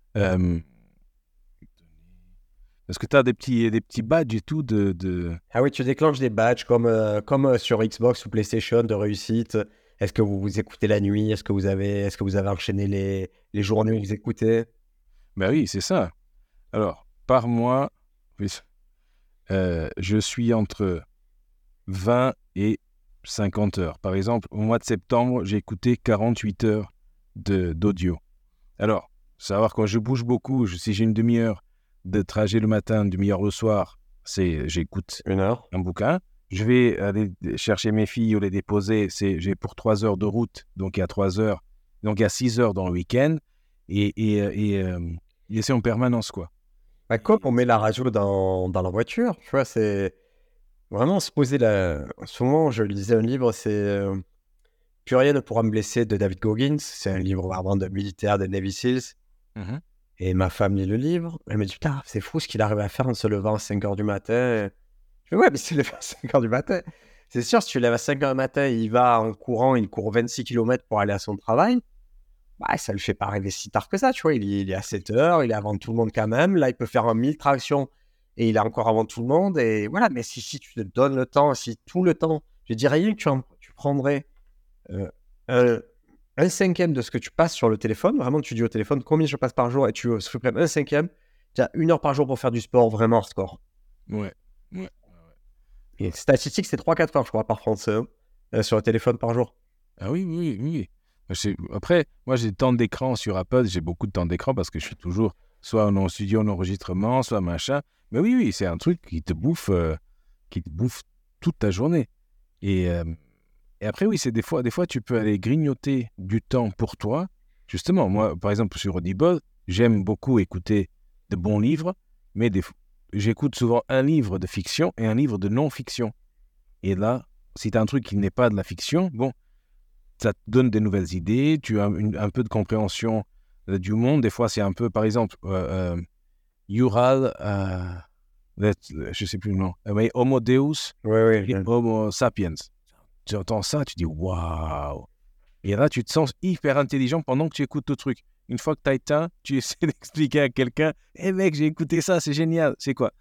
parce que tu as des petits badges et tout Ah oui, tu déclenches des badges comme sur Xbox ou PlayStation de réussite. Est-ce que vous écoutez la nuit? Est-ce que vous avez enchaîné les journées où vous écoutez? Bah oui, c'est ça. Alors, par mois, oui, je suis entre 20 et 50 heures. Par exemple, au mois de septembre, j'ai écouté 48 heures d'audio. Alors, savoir quand je bouge beaucoup, si j'ai une demi-heure de trajet le matin, une demi-heure le soir, j'écoute 1 heure. un bouquin. Je vais aller chercher mes filles ou les déposer. J'ai pour 3 heures de route, donc il y a 3 heures. Donc il y a 6 heures dans le week-end. Et c'est en permanence, quoi. Bah, comme on met la radio dans la voiture, tu vois, c'est vraiment se poser la. Souvent, je lisais un livre, c'est Plus rien ne pourra me blesser de David Goggins. C'est un livre vraiment de militaire des Navy Seals. Mhm. Et ma femme lit le livre. Elle me dit putain, c'est fou ce qu'il arrive à faire en se levant à 5 heures du matin. Je fais ouais, mais s'il lève à 5 heures du matin. C'est sûr, si tu lèves à 5 heures du matin, il va en courant, il court 26 km pour aller à son travail. Bah, ça ne le fait pas rêver si tard que ça, tu vois. Il est à 7 heures, il est avant tout le monde quand même. Là, il peut faire un 1000 tractions et il est encore avant tout le monde. Et voilà, mais si tu te donnes le temps, si tout le temps, je dirais rien que tu prendrais euh, un cinquième de ce que tu passes sur le téléphone, vraiment, tu dis au téléphone combien je passe par jour et tu supprimes un cinquième, tu as 1 heure par jour pour faire du sport vraiment hardcore. Ouais. Et statistique, c'est 3-4 heures, je crois, par Français sur le téléphone par jour. Ah oui. Après, moi, j'ai tant d'écran sur Apple, j'ai beaucoup de temps d'écran parce que je suis toujours soit en studio, en enregistrement, soit machin. Mais oui, c'est un truc qui te bouffe toute ta journée. Et après, oui, c'est des fois, tu peux aller grignoter du temps pour toi. Justement, moi, par exemple, sur Audible, j'aime beaucoup écouter de bons livres, mais j'écoute souvent un livre de fiction et un livre de non-fiction. Et là, si tu as un truc qui n'est pas de la fiction, bon, ça te donne des nouvelles idées, tu as un peu de compréhension du monde. Des fois, c'est un peu, par exemple, Yuval, je ne sais plus le nom, mais Homo Deus et Homo Sapiens. Tu entends ça, tu dis waouh! Et là, tu te sens hyper intelligent pendant que tu écoutes le truc. Une fois que tu as éteint, tu essaies d'expliquer à quelqu'un hé mec, j'ai écouté ça, c'est génial. C'est quoi?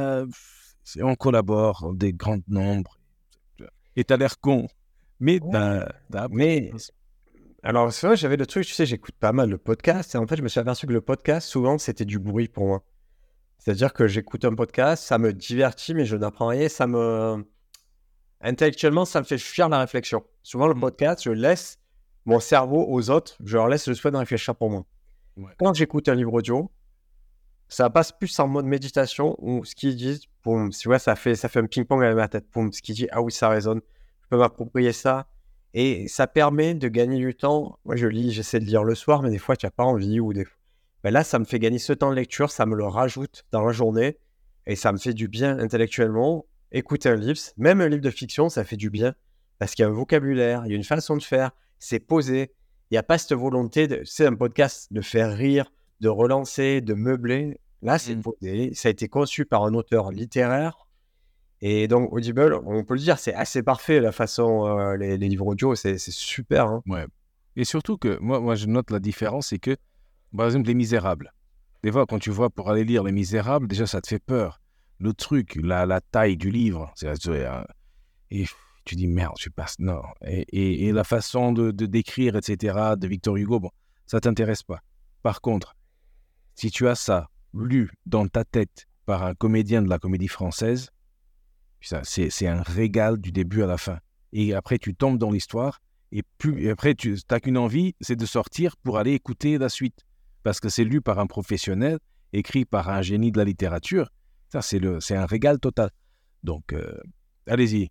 On collabore des grands nombres. Et tu as l'air con. Mais Mais alors, c'est vrai, j'avais le truc, tu sais, j'écoute pas mal le podcast et en fait, je me suis aperçu que le podcast, souvent, c'était du bruit pour moi. C'est-à-dire que j'écoute un podcast, ça me divertit, mais je n'apprends rien, intellectuellement, ça me fait fuir la réflexion. Souvent, le podcast, je laisse mon cerveau aux autres, je leur laisse le soin de réfléchir pour moi. Ouais. Quand j'écoute un livre audio, ça passe plus en mode méditation où ce qu'ils disent, boum, tu vois, ça fait un ping-pong avec ma tête. Boum, ce qu'ils disent, ah oui, ça résonne, je peux m'approprier ça. Et ça permet de gagner du temps. Moi, j'essaie de lire le soir, mais des fois, tu n'as pas envie. Ben là, ça me fait gagner ce temps de lecture, ça me le rajoute dans la journée et ça me fait du bien intellectuellement. Écouter un livre, même un livre de fiction, ça fait du bien parce qu'il y a un vocabulaire, il y a une façon de faire, c'est posé. Il n'y a pas cette volonté c'est un podcast, de faire rire, de relancer, de meubler. Là, c'est posé. Ça a été conçu par un auteur littéraire. Et donc, Audible, on peut le dire, c'est assez parfait la façon, les livres audio, c'est super. Hein. Ouais. Et surtout que moi, je note la différence, c'est que, par exemple, Les Misérables. Des fois, quand tu vois pour aller lire Les Misérables, déjà, ça te fait peur. Le truc, la taille du livre, Et tu dis, merde, je passe. Non. Et la façon de d'écrire, etc., de Victor Hugo, bon, ça ne t'intéresse pas. Par contre, si tu as ça lu dans ta tête par un comédien de la comédie française, c'est un régal du début à la fin. Et après, tu tombes dans l'histoire. Et après, tu n'as qu'une envie, c'est de sortir pour aller écouter la suite. Parce que c'est lu par un professionnel, écrit par un génie de la littérature. Ça, c'est un régal total. Donc, allez-y.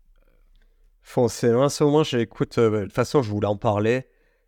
Foncez. En ce moment, j'écoute. De toute façon, je voulais en parler.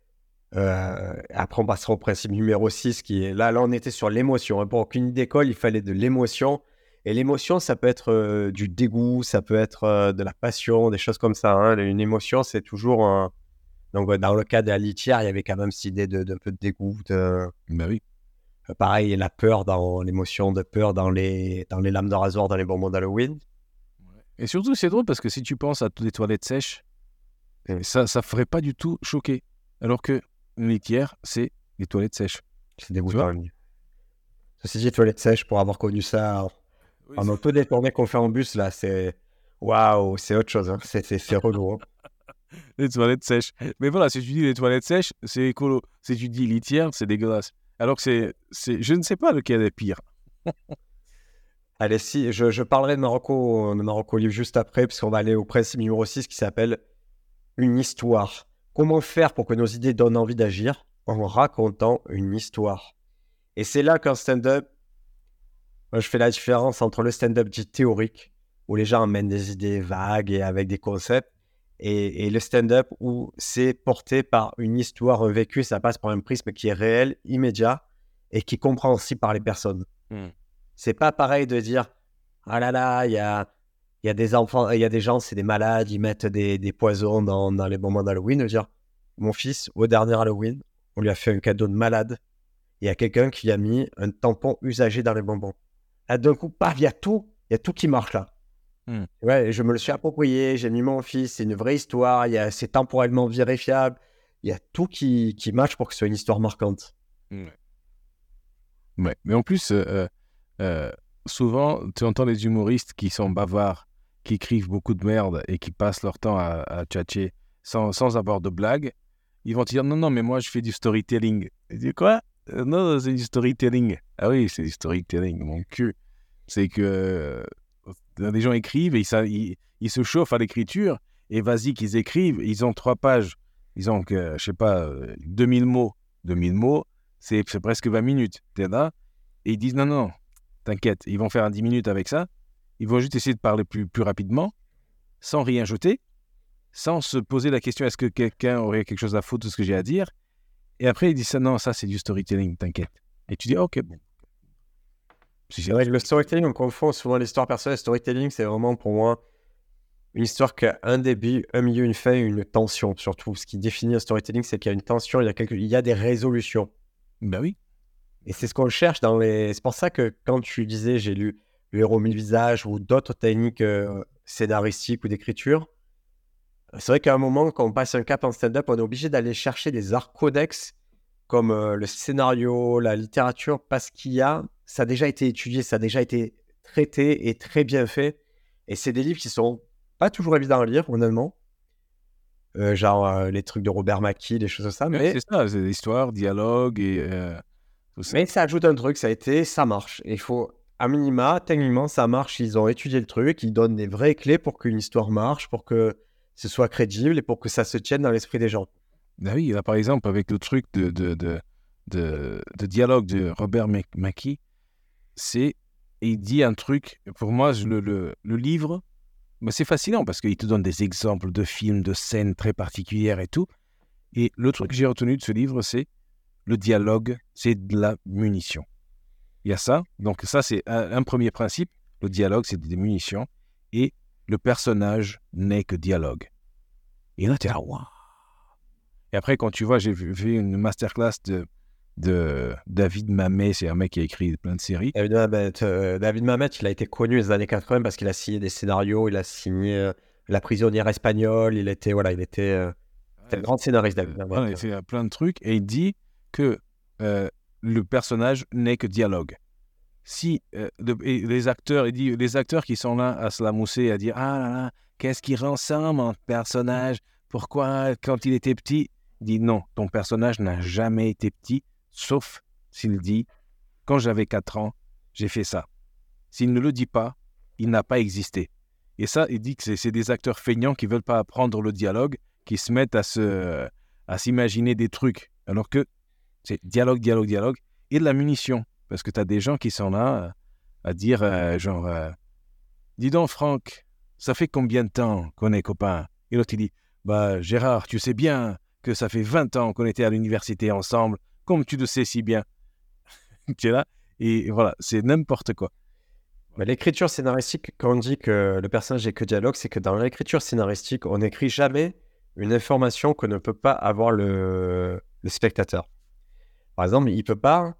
Après, on passera au principe numéro 6 qui est là, on était sur l'émotion. Hein. Pour aucune d'école, il fallait de l'émotion. Et l'émotion, ça peut être du dégoût, ça peut être de la passion, des choses comme ça. Hein. Une émotion, c'est toujours un. Donc, dans le cas de la litière, il y avait quand même cette idée d'un peu de dégoût. Ben oui. Pareil, la peur, l'émotion de peur dans les lames de rasoir, dans les bonbons d'Halloween. Et surtout, c'est drôle parce que si tu penses à toutes les toilettes sèches, ça ne ferait pas du tout choquer. Alors que une litière, c'est les toilettes sèches. C'est dégoûtant. Ceci dit, toilettes sèches, pour avoir connu ça en auto des tournées qu'on fait en bus, là, c'est. Waouh, c'est autre chose. Hein. C'est relou. Hein. Les toilettes sèches. Mais voilà, si tu dis les toilettes sèches, c'est écolo. Si tu dis litière, c'est dégueulasse. Alors que je ne sais pas lequel est pire. Allez, si, je parlerai de Marocco Livre juste après, puisqu'on va aller au principe numéro 6 qui s'appelle une histoire. Comment faire pour que nos idées donnent envie d'agir en racontant une histoire. Et c'est là qu'un stand-up, moi, je fais la différence entre le stand-up dit théorique, où les gens amènent des idées vagues et avec des concepts, et le stand-up où c'est porté par une histoire, un vécu, ça passe par un prisme qui est réel, immédiat, et qui est compréhensible par les personnes. C'est pas pareil de dire « Ah là là, il y a des enfants, il y a des gens, c'est des malades, ils mettent des poisons dans les bonbons d'Halloween. » De dire « Mon fils, au dernier Halloween, on lui a fait un cadeau de malade. Il y a quelqu'un qui a mis un tampon usagé dans les bonbons. » Là, d'un coup, paf, il y a tout qui marche là. Ouais, je me le suis approprié, j'ai mis mon fils, c'est une vraie histoire, c'est temporellement vérifiable. Il y a tout qui marche pour que ce soit une histoire marquante. Ouais. Mais en plus, souvent, tu entends les humoristes qui sont bavards, qui écrivent beaucoup de merde et qui passent leur temps à tchatcher sans avoir de blague. Ils vont te dire non, mais moi je fais du storytelling. Tu dis quoi? Non, c'est du storytelling. Ah oui, c'est du storytelling, mon cul. C'est que des gens écrivent et ils se chauffent à l'écriture et vas-y qu'ils écrivent. Ils ont 3 pages. Ils ont, je sais pas, 2000 mots. 2000 mots, c'est presque 20 minutes. T'es là et ils disent non, t'inquiète. Ils vont faire un 10 minutes avec ça. Ils vont juste essayer de parler plus rapidement, sans rien jeter, sans se poser la question est-ce que quelqu'un aurait quelque chose à foutre de ce que j'ai à dire. Et après, ils disent ça, non, ça c'est du storytelling, t'inquiète. Et tu dis ok, bon. C'est vrai que le storytelling, on confond souvent l'histoire personnelle. Le storytelling, c'est vraiment pour moi une histoire qui a un début, un milieu, une fin et une tension. Surtout, ce qui définit un storytelling, c'est qu'il y a une tension, il y a des résolutions. Ben oui. Et c'est ce qu'on cherche dans les. C'est pour ça que quand tu disais, j'ai lu Le Héros 1000 visages ou d'autres techniques scénaristiques ou d'écriture, c'est vrai qu'à un moment, quand on passe un cap en stand-up, on est obligé d'aller chercher des arts codex comme le scénario, la littérature, parce ça a déjà été étudié, ça a déjà été traité et très bien fait. Et c'est des livres qui sont pas toujours évidents à lire, honnêtement. Genre les trucs de Robert Mackie, des choses comme ça. Mais c'est ça, c'est l'histoire, dialogue et tout ça. Mais ça ajoute un truc, ça marche. Et il faut, à minima, techniquement, ça marche. Ils ont étudié le truc, ils donnent des vraies clés pour qu'une histoire marche, pour que ce soit crédible et pour que ça se tienne dans l'esprit des gens. Ben oui, là par exemple, avec le truc de dialogue de Robert Mackie, il dit un truc, pour moi, le livre, ben c'est fascinant parce qu'il te donne des exemples de films, de scènes très particulières et tout. Et le truc que j'ai retenu de ce livre, c'est le dialogue, c'est de la munition. Il y a ça. Donc ça, c'est un premier principe. Le dialogue, c'est des munitions. Et le personnage n'est que dialogue. Et là, tu es là, waouh. Et après, quand tu vois, j'ai vu une masterclass de David Mamet. C'est un mec qui a écrit plein de séries. David Mamet, il a été connu les années 80 parce qu'il a signé des scénarios. Il a signé La prisonnière espagnole. Il était un grand scénariste, David Mamet. Voilà, il fait plein de trucs. Et il dit que le personnage n'est que dialogue. Si les acteurs, il dit les acteurs qui sont là à se la mousser, à dire ah là là, qu'est-ce qui ressemble un personnage? Pourquoi, quand il était petit? Il dit non, ton personnage n'a jamais été petit, sauf s'il dit, quand j'avais 4 ans, j'ai fait ça. S'il ne le dit pas, il n'a pas existé. Et ça, il dit que c'est des acteurs feignants qui ne veulent pas apprendre le dialogue, qui se mettent à s'imaginer des trucs, alors que c'est dialogue, dialogue, dialogue, et de la munition. Parce que tu as des gens qui sont là à dire, dis donc Franck, ça fait combien de temps qu'on est copains? Et l'autre il dit, bah Gérard, tu sais bien que ça fait 20 ans qu'on était à l'université ensemble, comme tu le sais si bien. Tu es là, et voilà, c'est n'importe quoi. Mais l'écriture scénaristique, quand on dit que le personnage n'est que dialogue, c'est que dans l'écriture scénaristique, on n'écrit jamais une information que ne peut pas avoir le spectateur. Par exemple, il peut pas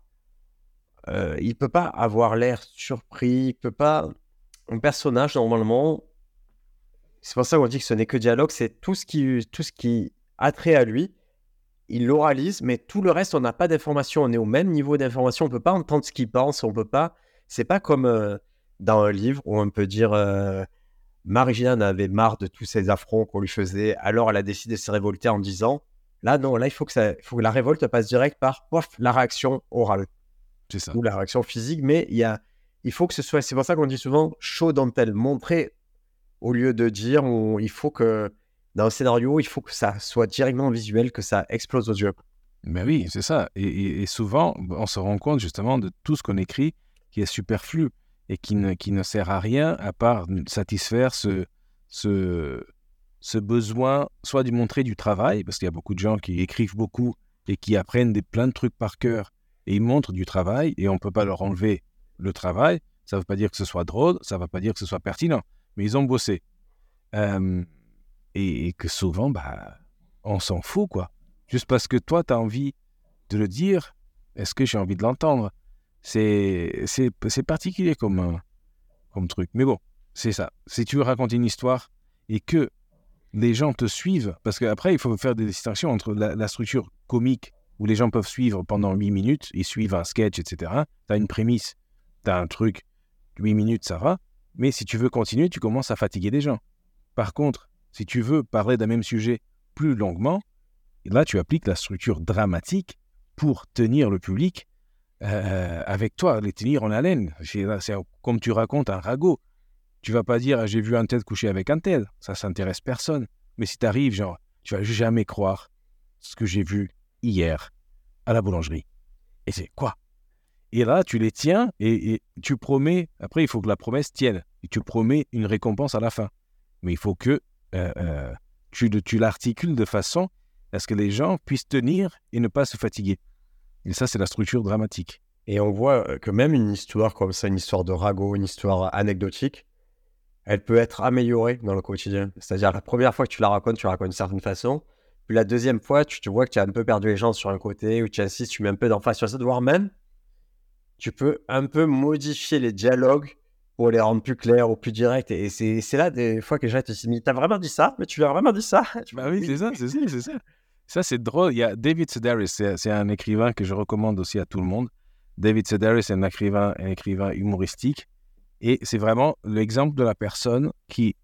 avoir l'air surpris, il peut pas. Un personnage, normalement, c'est pour ça qu'on dit que ce n'est que dialogue, c'est tout ce qui a trait à lui, il l'oralise, mais tout le reste, on n'a pas d'information. On est au même niveau d'information, on ne peut pas entendre ce qu'il pense, on peut pas. C'est pas comme dans un livre où on peut dire Marie-Jeanne avait marre de tous ces affronts qu'on lui faisait, alors elle a décidé de se révolter en disant là, non, là, il faut que la révolte passe direct par pof, la réaction orale. C'est ça. Ou la réaction physique, mais il faut que ce soit. C'est pour ça qu'on dit souvent show don't tell, montrer au lieu de dire. Il faut que dans un scénario, il faut que ça soit directement visuel, que ça explose aux yeux. Ben oui, c'est ça. Et souvent, on se rend compte justement de tout ce qu'on écrit qui est superflu et qui ne sert à rien à part satisfaire ce besoin, soit de montrer du travail, parce qu'il y a beaucoup de gens qui écrivent beaucoup et qui apprennent plein de trucs par cœur, et ils montrent du travail, et on ne peut pas leur enlever le travail. Ça ne veut pas dire que ce soit drôle, ça ne veut pas dire que ce soit pertinent, mais ils ont bossé. Et que souvent, on s'en fout, quoi. Juste parce que toi, tu as envie de le dire, est-ce que j'ai envie de l'entendre? C'est particulier comme truc. Mais bon, c'est ça. Si tu veux raconter une histoire et que les gens te suivent, parce qu'après, il faut faire des distinctions entre la structure comique où les gens peuvent suivre pendant 8 minutes, ils suivent un sketch, etc. Tu as une prémisse, tu as un truc, 8 minutes, ça va. Mais si tu veux continuer, tu commences à fatiguer des gens. Par contre, si tu veux parler d'un même sujet plus longuement, là, tu appliques la structure dramatique pour tenir le public avec toi, les tenir en haleine. C'est comme tu racontes un ragot. Tu vas pas dire « j'ai vu un tel coucher avec un tel ». Ça s'intéresse personne. Mais si tu arrives, genre, tu vas jamais croire ce que j'ai vu hier à la boulangerie. Et c'est quoi? Et là, tu les tiens et tu promets. Après, il faut que la promesse tienne. Et tu promets une récompense à la fin. Mais il faut que tu l'articules de façon à ce que les gens puissent tenir et ne pas se fatiguer. Et ça, c'est la structure dramatique. Et on voit que même une histoire comme ça, une histoire de ragot, une histoire anecdotique, elle peut être améliorée dans le quotidien. C'est-à-dire, la première fois que tu la racontes d'une certaine façon. Puis la deuxième fois, tu te vois que tu as un peu perdu les gens sur un côté, ou tu insistes, tu mets un peu d'emphase sur ça, voire même, tu peux un peu modifier les dialogues pour les rendre plus clairs ou plus directs. Et c'est là des fois que les gens te disent, mais t'as vraiment dit ça? Mais tu l'as vraiment dit ça? Oui, c'est ça. Ça, c'est drôle. Il y a David Sedaris, c'est un écrivain que je recommande aussi à tout le monde. David Sedaris est un écrivain humoristique. Et c'est vraiment l'exemple de la personne qui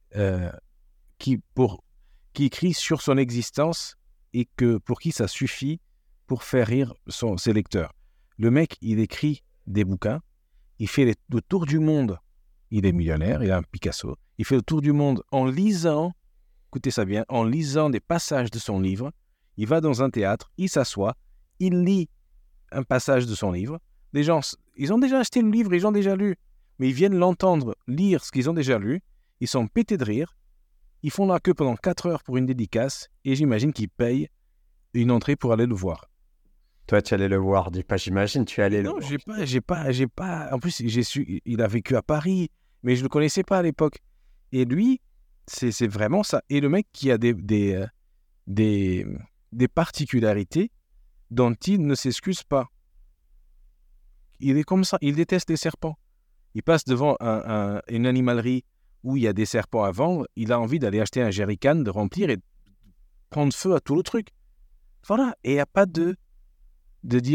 écrit sur son existence et pour qui ça suffit pour faire rire ses lecteurs. Le mec, il écrit des bouquins, il fait le tour du monde. Il est millionnaire, il a un Picasso. Il fait le tour du monde en lisant, écoutez ça bien, en lisant des passages de son livre. Il va dans un théâtre, il s'assoit, il lit un passage de son livre. Les gens, ils ont déjà acheté le livre, ils ont déjà lu. Mais ils viennent l'entendre lire ce qu'ils ont déjà lu. Ils sont pétés de rire. Ils font la queue pendant 4 heures pour une dédicace. Et j'imagine qu'ils payent une entrée pour aller le voir. Toi, tu allais le voir. Dis pas j'imagine, tu allais le voir. Non, j'ai pas. En plus, il a vécu à Paris, mais je le connaissais pas à l'époque. Et lui, c'est vraiment ça. Et le mec qui a des particularités dont il ne s'excuse pas. Il est comme ça. Il déteste les serpents. Il passe devant une animalerie où il y a des serpents à vendre. Il a envie d'aller acheter un jerrycan, de remplir et prendre feu à tout le truc. Voilà. Et il n'y a pas de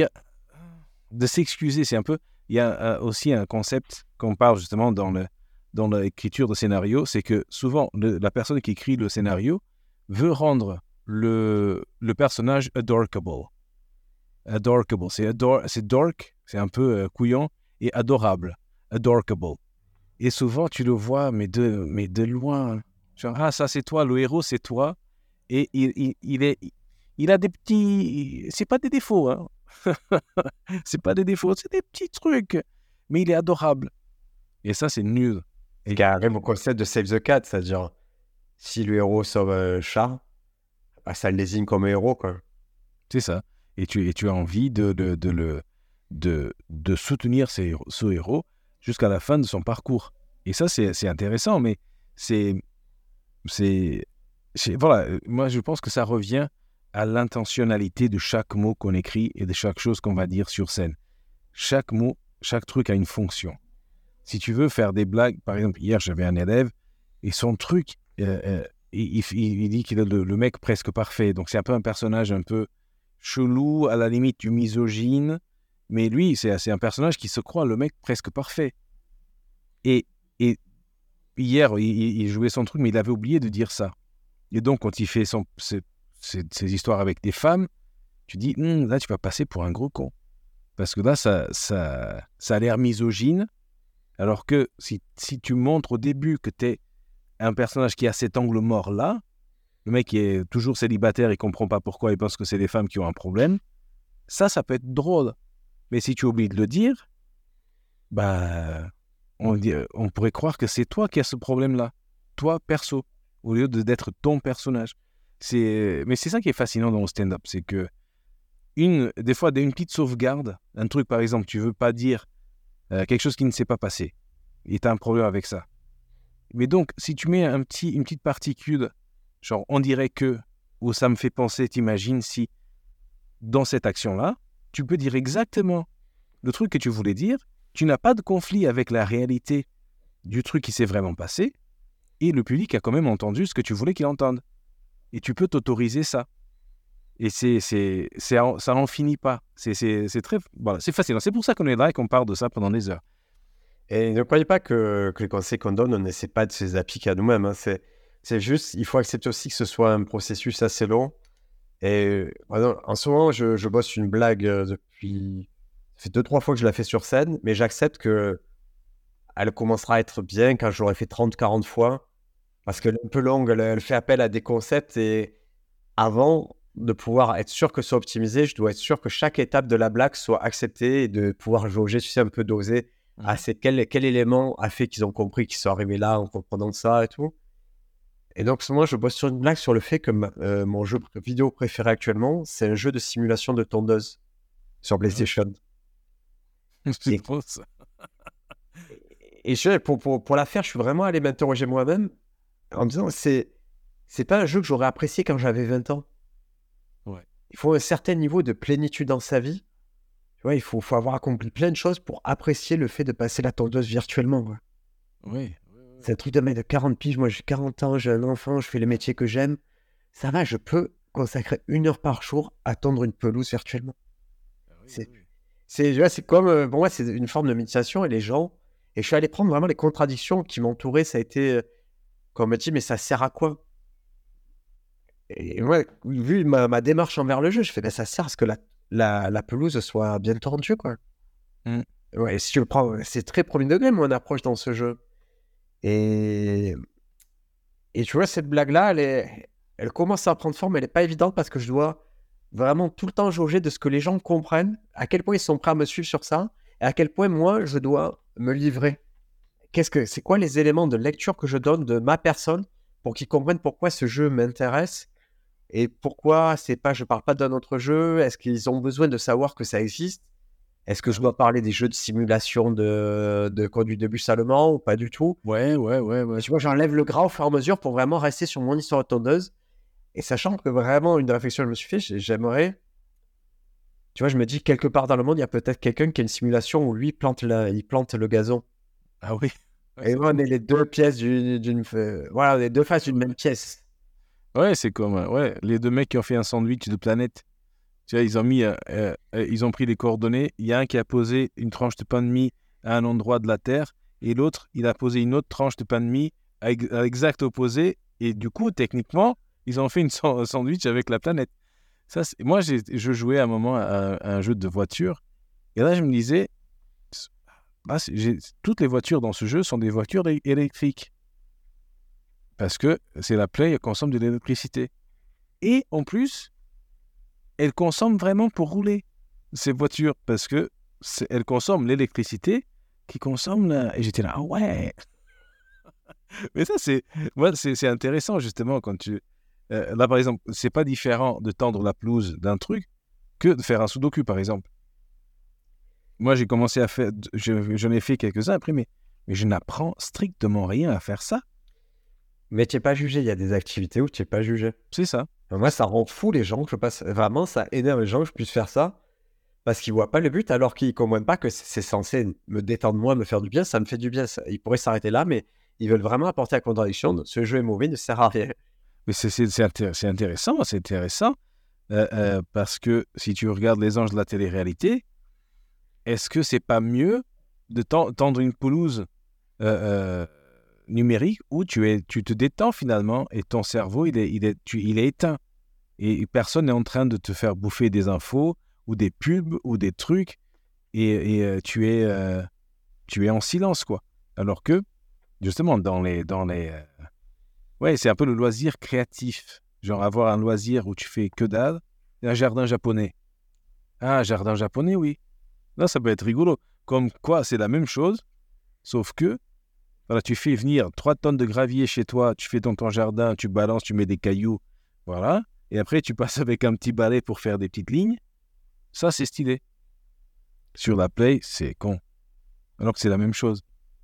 s'excuser. C'est un peu. Il y a aussi un concept qu'on parle justement dans dans l'écriture de scénario, c'est que souvent, la personne qui écrit le scénario veut rendre le personnage adorkable. Adorkable, c'est dork, c'est un peu couillon, et adorable, adorkable. Et souvent, tu le vois, mais de loin. Genre, ah, ça c'est toi, le héros c'est toi. Et il a des petits... C'est pas des défauts, hein. C'est pas des défauts, c'est des petits trucs. Mais il est adorable. Et ça, c'est nul. Et il y a même au concept de Save the Cat, c'est-à-dire, si le héros sauve un chat, bah, ça le désigne comme héros, quoi. C'est ça. Et tu as envie de soutenir ce héros jusqu'à la fin de son parcours. Et ça, c'est intéressant, mais voilà, moi, je pense que ça revient à l'intentionnalité de chaque mot qu'on écrit et de chaque chose qu'on va dire sur scène. Chaque mot, chaque truc a une fonction. Si tu veux faire des blagues, par exemple, hier, j'avais un élève, et son truc, il dit qu'il est le mec presque parfait. Donc, c'est un peu un personnage un peu chelou, à la limite du misogyne. Mais lui, c'est un personnage qui se croit le mec presque parfait. Et hier, il jouait son truc, mais il avait oublié de dire ça. Et donc, quand il fait ses histoires avec des femmes, tu dis, là, tu vas passer pour un gros con. Parce que là, ça a l'air misogyne. Alors que si tu montres au début que tu es un personnage qui a cet angle mort-là, le mec qui est toujours célibataire, il ne comprend pas pourquoi, il pense que c'est des femmes qui ont un problème, ça peut être drôle. Mais si tu oublies de le dire, bah, on pourrait croire que c'est toi qui as ce problème-là, toi perso, au lieu d'être ton personnage. Mais c'est ça qui est fascinant dans le stand-up, c'est que des fois, une petite sauvegarde, un truc par exemple, tu veux pas dire quelque chose qui ne s'est pas passé, et tu as un problème avec ça. Mais donc, si tu mets une petite particule, genre on dirait que, ou ça me fait penser, t'imagines si, dans cette action-là, tu peux dire exactement le truc que tu voulais dire, tu n'as pas de conflit avec la réalité du truc qui s'est vraiment passé, et le public a quand même entendu ce que tu voulais qu'il entende. Et tu peux t'autoriser ça. Et ça n'en finit pas. C'est très... Voilà, c'est fascinant. C'est pour ça qu'on est là et qu'on parle de ça pendant des heures. Et ne croyez pas que les conseils qu'on donne, on n'essaie pas de se les appliquer à nous-mêmes, hein. C'est juste, il faut accepter aussi que ce soit un processus assez long. Et en ce moment, je bosse une blague depuis... Ça fait 2-3 fois que je la fais sur scène, mais j'accepte qu'elle commencera à être bien quand je l'aurai fait 30-40 fois. Parce qu'elle est un peu longue, elle fait appel à des concepts. Et avant de pouvoir être sûr que ce soit optimisé, je dois être sûr que chaque étape de la blague soit acceptée et de pouvoir jauger, tu sais, un peu doser. Ah, c'est quel élément a fait qu'ils ont compris qu'ils sont arrivés là en comprenant ça et tout. Et donc, moi, je bosse sur une blague sur le fait que mon jeu vidéo préféré actuellement, c'est un jeu de simulation de tondeuse sur PlayStation. C'est trop ça. Et pour la faire, je suis vraiment allé m'interroger moi-même en me disant, c'est pas un jeu que j'aurais apprécié quand j'avais 20 ans. Ouais. Il faut un certain niveau de plénitude dans sa vie. Tu vois, il faut avoir accompli plein de choses pour apprécier le fait de passer la tondeuse virtuellement, quoi. Oui. C'est un truc de mec de 40 piges. Moi, j'ai 40 ans, j'ai un enfant, je fais les métiers que j'aime. Ça va, je peux consacrer 1 heure par jour à tondre une pelouse virtuellement. C'est comme, pour moi, c'est une forme de méditation et les gens... Et je suis allé prendre vraiment les contradictions qui m'entouraient. Ça a été, qu'on me dit, mais ça sert à quoi? Et moi, vu ma démarche envers le jeu, je fais, ça sert à ce que la pelouse soit bien tordue, quoi. Ouais, si tu le prends, c'est très premier degré, mon approche dans ce jeu. Et tu vois, cette blague-là, elle commence à prendre forme, elle n'est pas évidente parce que je dois vraiment tout le temps jauger de ce que les gens comprennent, à quel point ils sont prêts à me suivre sur ça, et à quel point moi, je dois me livrer. C'est quoi les éléments de lecture que je donne de ma personne pour qu'ils comprennent pourquoi ce jeu m'intéresse et pourquoi je parle pas d'un autre jeu. Est-ce qu'ils ont besoin de savoir que ça existe? Est-ce que je dois parler des jeux de simulation de conduite de bus allemand ou pas du tout? Ouais. Et tu vois, j'enlève le gras au fur et à mesure pour vraiment rester sur mon histoire de tondeuse. Et sachant que vraiment, une réflexion que je me suis fait, j'aimerais... Tu vois, je me dis, quelque part dans le monde, il y a peut-être quelqu'un qui a une simulation où lui, il plante le gazon. Ah oui. Ouais, et on est les deux pièces voilà, les deux faces d'une même pièce. Ouais, c'est comme les deux mecs qui ont fait un sandwich de planète. Tu vois, ils ont pris les coordonnées. Il y a un qui a posé une tranche de pain de mie à un endroit de la Terre et l'autre, il a posé une autre tranche de pain de mie à l'exact opposé. Et du coup, techniquement, ils ont fait un sandwich avec la planète. Ça, moi, je jouais à un moment à un jeu de voiture. Et là, je me disais, toutes les voitures dans ce jeu sont des voitures électriques. Parce que c'est la Play, elle consomme de l'électricité. Et en plus, elle consomme vraiment pour rouler, ces voitures. Parce que elles consomment l'électricité qui consomme la... Et j'étais là, ah ouais. Mais ça, c'est intéressant, justement, quand tu... là, par exemple, c'est pas différent de tendre la pelouse d'un truc que de faire un sudoku, par exemple. Moi, j'ai commencé à faire... J'en ai fait quelques-uns après, mais je n'apprends strictement rien à faire ça. Mais tu n'es pas jugé. Il y a des activités où tu n'es pas jugé. C'est ça. Moi, ça rend fou les gens que je passe. Vraiment, ça énerve les gens que je puisse faire ça parce qu'ils ne voient pas le but alors qu'ils ne comprennent pas que c'est censé me détendre moi, me faire du bien. Ça me fait du bien. Ils pourraient s'arrêter là, mais ils veulent vraiment apporter la contradiction. Ce jeu est mauvais, ne sert à rien. Mais c'est intéressant, c'est intéressant. Parce que si tu regardes Les Anges de la télé-réalité, est-ce que c'est pas mieux de tendre une pelouse numérique où tu te détends finalement et ton cerveau il est éteint et personne n'est en train de te faire bouffer des infos ou des pubs ou des trucs et tu es en silence quoi. Alors que justement dans les ouais, c'est un peu le loisir créatif, genre avoir un loisir où tu fais que dalle, un jardin japonais. Ah, jardin japonais, oui. Là, ça peut être rigolo. Comme quoi, c'est la même chose, sauf que voilà, tu fais venir 3 tonnes de gravier chez toi, tu fais dans ton jardin, tu balances, tu mets des cailloux, voilà. Et après, tu passes avec un petit balai pour faire des petites lignes. Ça, c'est stylé. Sur la Play, c'est con. Alors que c'est la même chose.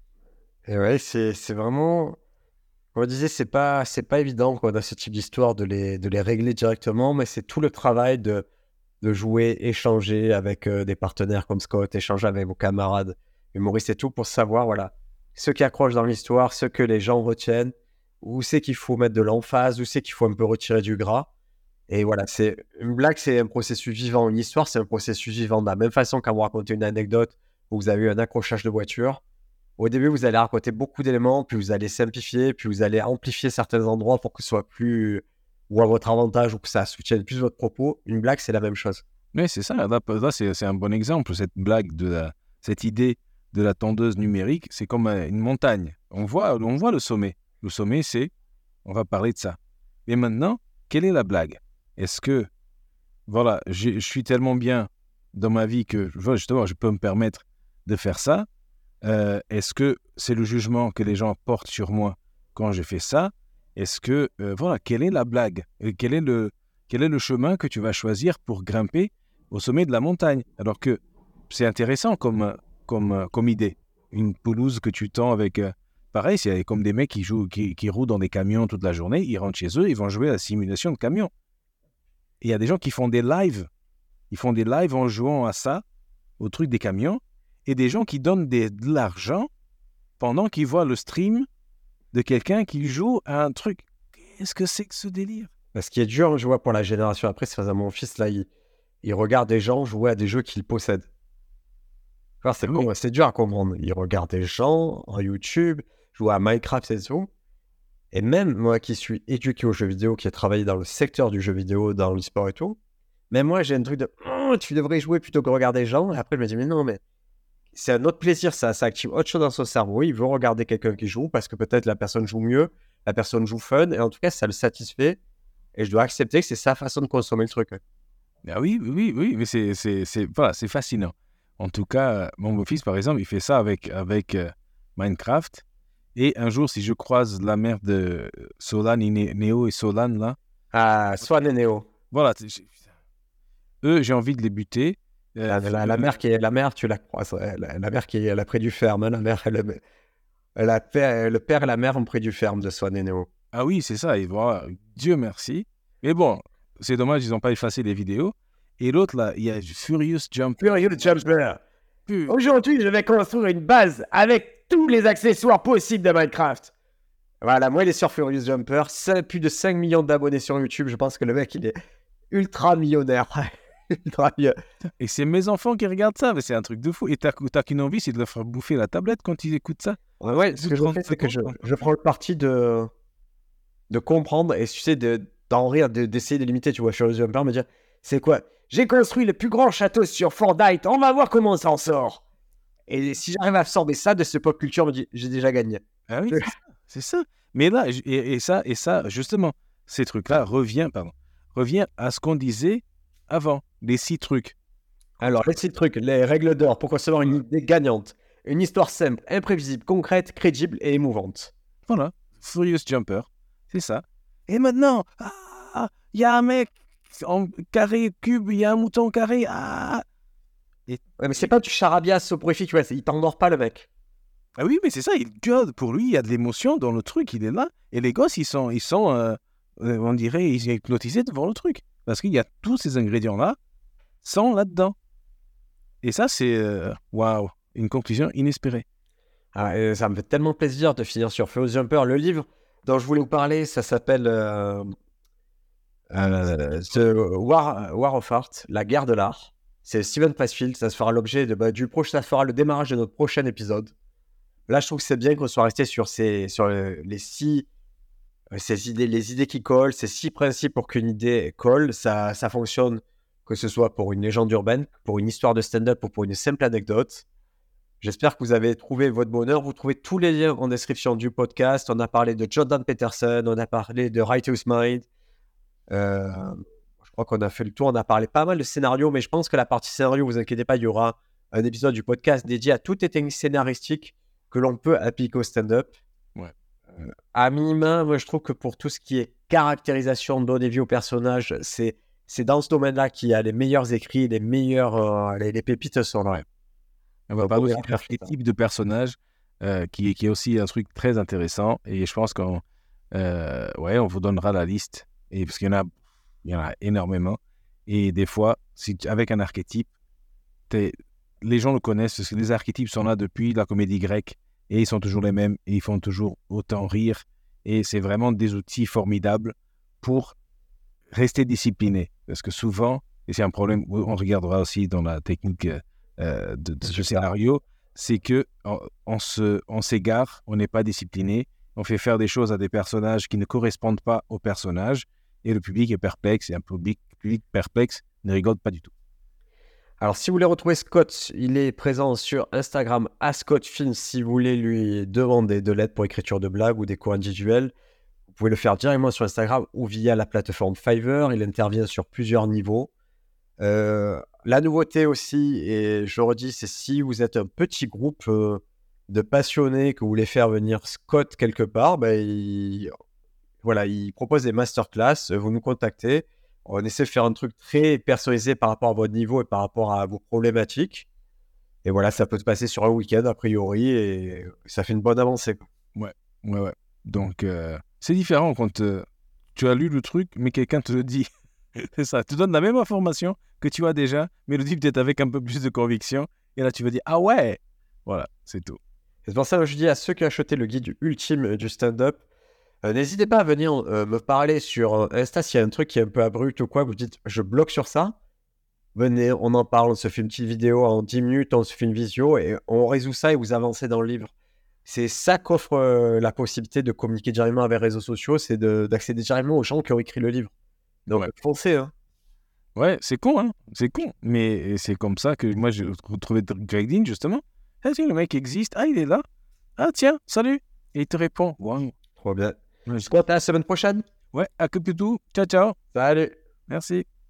Et ouais, c'est vraiment... Comme on disait, c'est pas évident quoi, dans ce type d'histoire de les régler directement, mais c'est tout le travail de jouer, échanger avec des partenaires comme Scott, échanger avec vos camarades humoristes et tout pour savoir, voilà, ce qui accroche dans l'histoire, ce que les gens retiennent, où c'est qu'il faut mettre de l'emphase, où c'est qu'il faut un peu retirer du gras. Et voilà, une blague, c'est un processus vivant. Une histoire, c'est un processus vivant. De la même façon, quand vous racontez une anecdote où vous avez eu un accrochage de voiture, au début, vous allez raconter beaucoup d'éléments, puis vous allez simplifier, puis vous allez amplifier certains endroits pour que ce soit plus ou à votre avantage ou que ça soutienne plus votre propos. Une blague, c'est la même chose. Oui, c'est ça. Là c'est un bon exemple. Cette blague, cette idée de la tondeuse numérique, c'est comme une montagne. On voit le sommet. Le sommet, c'est, on va parler de ça. Mais maintenant, quelle est la blague? Est-ce que, voilà, je suis tellement bien dans ma vie que, justement, je peux me permettre de faire ça? Est-ce que c'est le jugement que les gens portent sur moi quand je fais ça? Est-ce que, voilà, quelle est la blague? Quel est le chemin que tu vas choisir pour grimper au sommet de la montagne? Alors que c'est intéressant comme idée. Une pelouse que tu tends avec... pareil, c'est comme des mecs qui roulent dans des camions toute la journée, ils rentrent chez eux, ils vont jouer à la simulation de camion. Et il y a des gens qui font des lives. Ils font des lives en jouant à ça, au truc des camions, et des gens qui donnent de l'argent pendant qu'ils voient le stream de quelqu'un qui joue à un truc. Qu'est-ce que c'est que ce délire? Ce qui est dur, je vois, pour la génération après, c'est à mon fils, là, il regarde des gens jouer à des jeux qu'il possède. Alors, c'est dur à comprendre. Il regarde des gens en YouTube, jouer à Minecraft et tout. Et même moi qui suis éduqué aux jeux vidéo, qui ai travaillé dans le secteur du jeu vidéo, dans l'e-sport et tout, même moi j'ai un truc de tu devrais jouer plutôt que regarder des gens. Et après je me dis mais non, mais c'est un autre plaisir, ça active autre chose dans son cerveau. Il veut regarder quelqu'un qui joue parce que peut-être la personne joue mieux, la personne joue fun, et en tout cas ça le satisfait. Et je dois accepter que c'est sa façon de consommer le truc. Ah oui, mais voilà, c'est fascinant. En tout cas, mon beau-fils, par exemple, il fait ça avec Minecraft. Et un jour, si je croise la mère de Solane, Néo et Solane, là... Ah, Swan et Néo. Voilà. Eux, j'ai envie de les buter. La mère, tu la croises. La mère qui est près du ferme. La mère, le père et la mère ont près du ferme de Swan et Néo. Ah oui, c'est ça. Et voilà, Dieu merci. Mais bon, c'est dommage, ils n'ont pas effacé les vidéos. Et l'autre, là, il y a Furious Jumper. Furious Jumper. Aujourd'hui, je vais construire une base avec tous les accessoires possibles de Minecraft. Voilà, moi, il est sur Furious Jumper. Plus de 5 millions d'abonnés sur YouTube. Je pense que le mec, il est ultra millionnaire. Ultra millionnaire. Et c'est mes enfants qui regardent ça. Mais c'est un truc de fou. Et t'as qu'une envie, c'est de leur faire bouffer la tablette quand ils écoutent ça. Ouais, ce que je fais, c'est que je prends le parti de comprendre et tu sais, d'en rire, d'essayer de limiter, tu vois, sur le jumper, me dire, c'est quoi? J'ai construit le plus grand château sur Fortnite, on va voir comment on s'en sort. Et si j'arrive à absorber ça de ce pop culture, me dit, j'ai déjà gagné. Ah oui, c'est ça. Mais là, et ça, justement, ces trucs-là revient à ce qu'on disait avant, les 6 trucs. Alors, les 6 trucs, les règles d'or pour concevoir une idée gagnante. Une histoire simple, imprévisible, concrète, crédible et émouvante. Voilà, Furious Jumper, c'est ça. Et maintenant, il y a un mec en carré, cube, il y a un mouton carré, Ouais, mais c'est pas du charabia soporifique, ouais, il t'endort pas le mec. Ah oui, mais c'est ça, tu vois, pour lui, il y a de l'émotion dans le truc, il est là. Et les gosses, ils sont on dirait, ils sont hypnotisés devant le truc. Parce qu'il y a tous ces ingrédients-là, sont là-dedans. Et ça, c'est, waouh, une conclusion inespérée. Ah, ça me fait tellement plaisir de finir sur Furious Jumper. Le livre dont je voulais vous parler, ça s'appelle The War of Art, la guerre de l'art. C'est Steven Pressfield, ça se fera l'objet ça fera le démarrage de notre prochain épisode. Là, je trouve que c'est bien qu'on soit resté sur les idées qui collent, ces 6 principes pour qu'une idée colle. Ça fonctionne, que ce soit pour une légende urbaine, pour une histoire de stand-up ou pour une simple anecdote. J'espère que vous avez trouvé votre bonheur. Vous trouvez tous les liens en description du podcast. On a parlé de Jordan Peterson, on a parlé de Righteous Mind. Je crois qu'on a fait le tour. On a parlé pas mal de scénarios, mais je pense que la partie scénario, vous inquiétez pas, il y aura un épisode du podcast dédié à toutes les techniques scénaristiques que l'on peut appliquer au stand-up. Ouais. À minima, moi je trouve que pour tout ce qui est caractérisation, donner vie au personnage, c'est dans ce domaine-là qu'il y a les meilleurs écrits, les meilleurs, les pépites sont là. On va parler aussi de l'archétype de personnage, qui est aussi un truc très intéressant. Et je pense qu'on on vous donnera la liste. Et parce qu'il y en a énormément. Et des fois, avec un archétype, les gens le connaissent parce que les archétypes sont là depuis la comédie grecque et ils sont toujours les mêmes et ils font toujours autant rire. Et c'est vraiment des outils formidables pour rester discipliné. Parce que souvent, et c'est un problème, on regardera aussi dans la technique de ce scénario, c'est que on s'égare, on n'est pas discipliné, on fait faire des choses à des personnages qui ne correspondent pas aux personnages et le public est perplexe et un public perplexe ne rigole pas du tout. Alors, si vous voulez retrouver Scott, il est présent sur Instagram @ScottFilms. Si vous voulez lui demander de l'aide pour écriture de blagues ou des cours individuels, vous pouvez le faire directement sur Instagram ou via la plateforme Fiverr. Il intervient sur plusieurs niveaux. La nouveauté aussi, et je redis, c'est si vous êtes un petit groupe de passionnés que vous voulez faire venir Scott quelque part, il propose des masterclass. Vous nous contactez. On essaie de faire un truc très personnalisé par rapport à votre niveau et par rapport à vos problématiques. Et voilà, ça peut se passer sur un week-end a priori et ça fait une bonne avancée. Ouais. Donc, c'est différent quand tu as lu le truc, mais quelqu'un te le dit. C'est ça, tu donnes la même information que tu as déjà, mais le dit peut-être avec un peu plus de conviction. Et là, tu vas dire, ah ouais. Voilà, c'est tout. C'est pour ça que je dis à ceux qui ont acheté le guide ultime du stand-up, n'hésitez pas à venir me parler sur Insta s'il y a un truc qui est un peu abrupt ou quoi, vous dites je bloque sur ça. Venez, on en parle, on se fait une petite vidéo en 10 minutes, on se fait une visio et on résout ça et vous avancez dans le livre. C'est ça qu'offre la possibilité de communiquer directement avec les réseaux sociaux, c'est d'accéder directement aux gens qui ont écrit le livre. Donc foncez. Hein. Ouais, c'est con, c'est con. Mais c'est comme ça que moi j'ai retrouvé Greg Dean justement. Ah tiens, le mec existe, il est là. Ah tiens, salut. Et il te répond. Wow. Trop bien. Scott, à la semaine prochaine. Ouais, à plus tout. Ciao, ciao. Salut. Merci.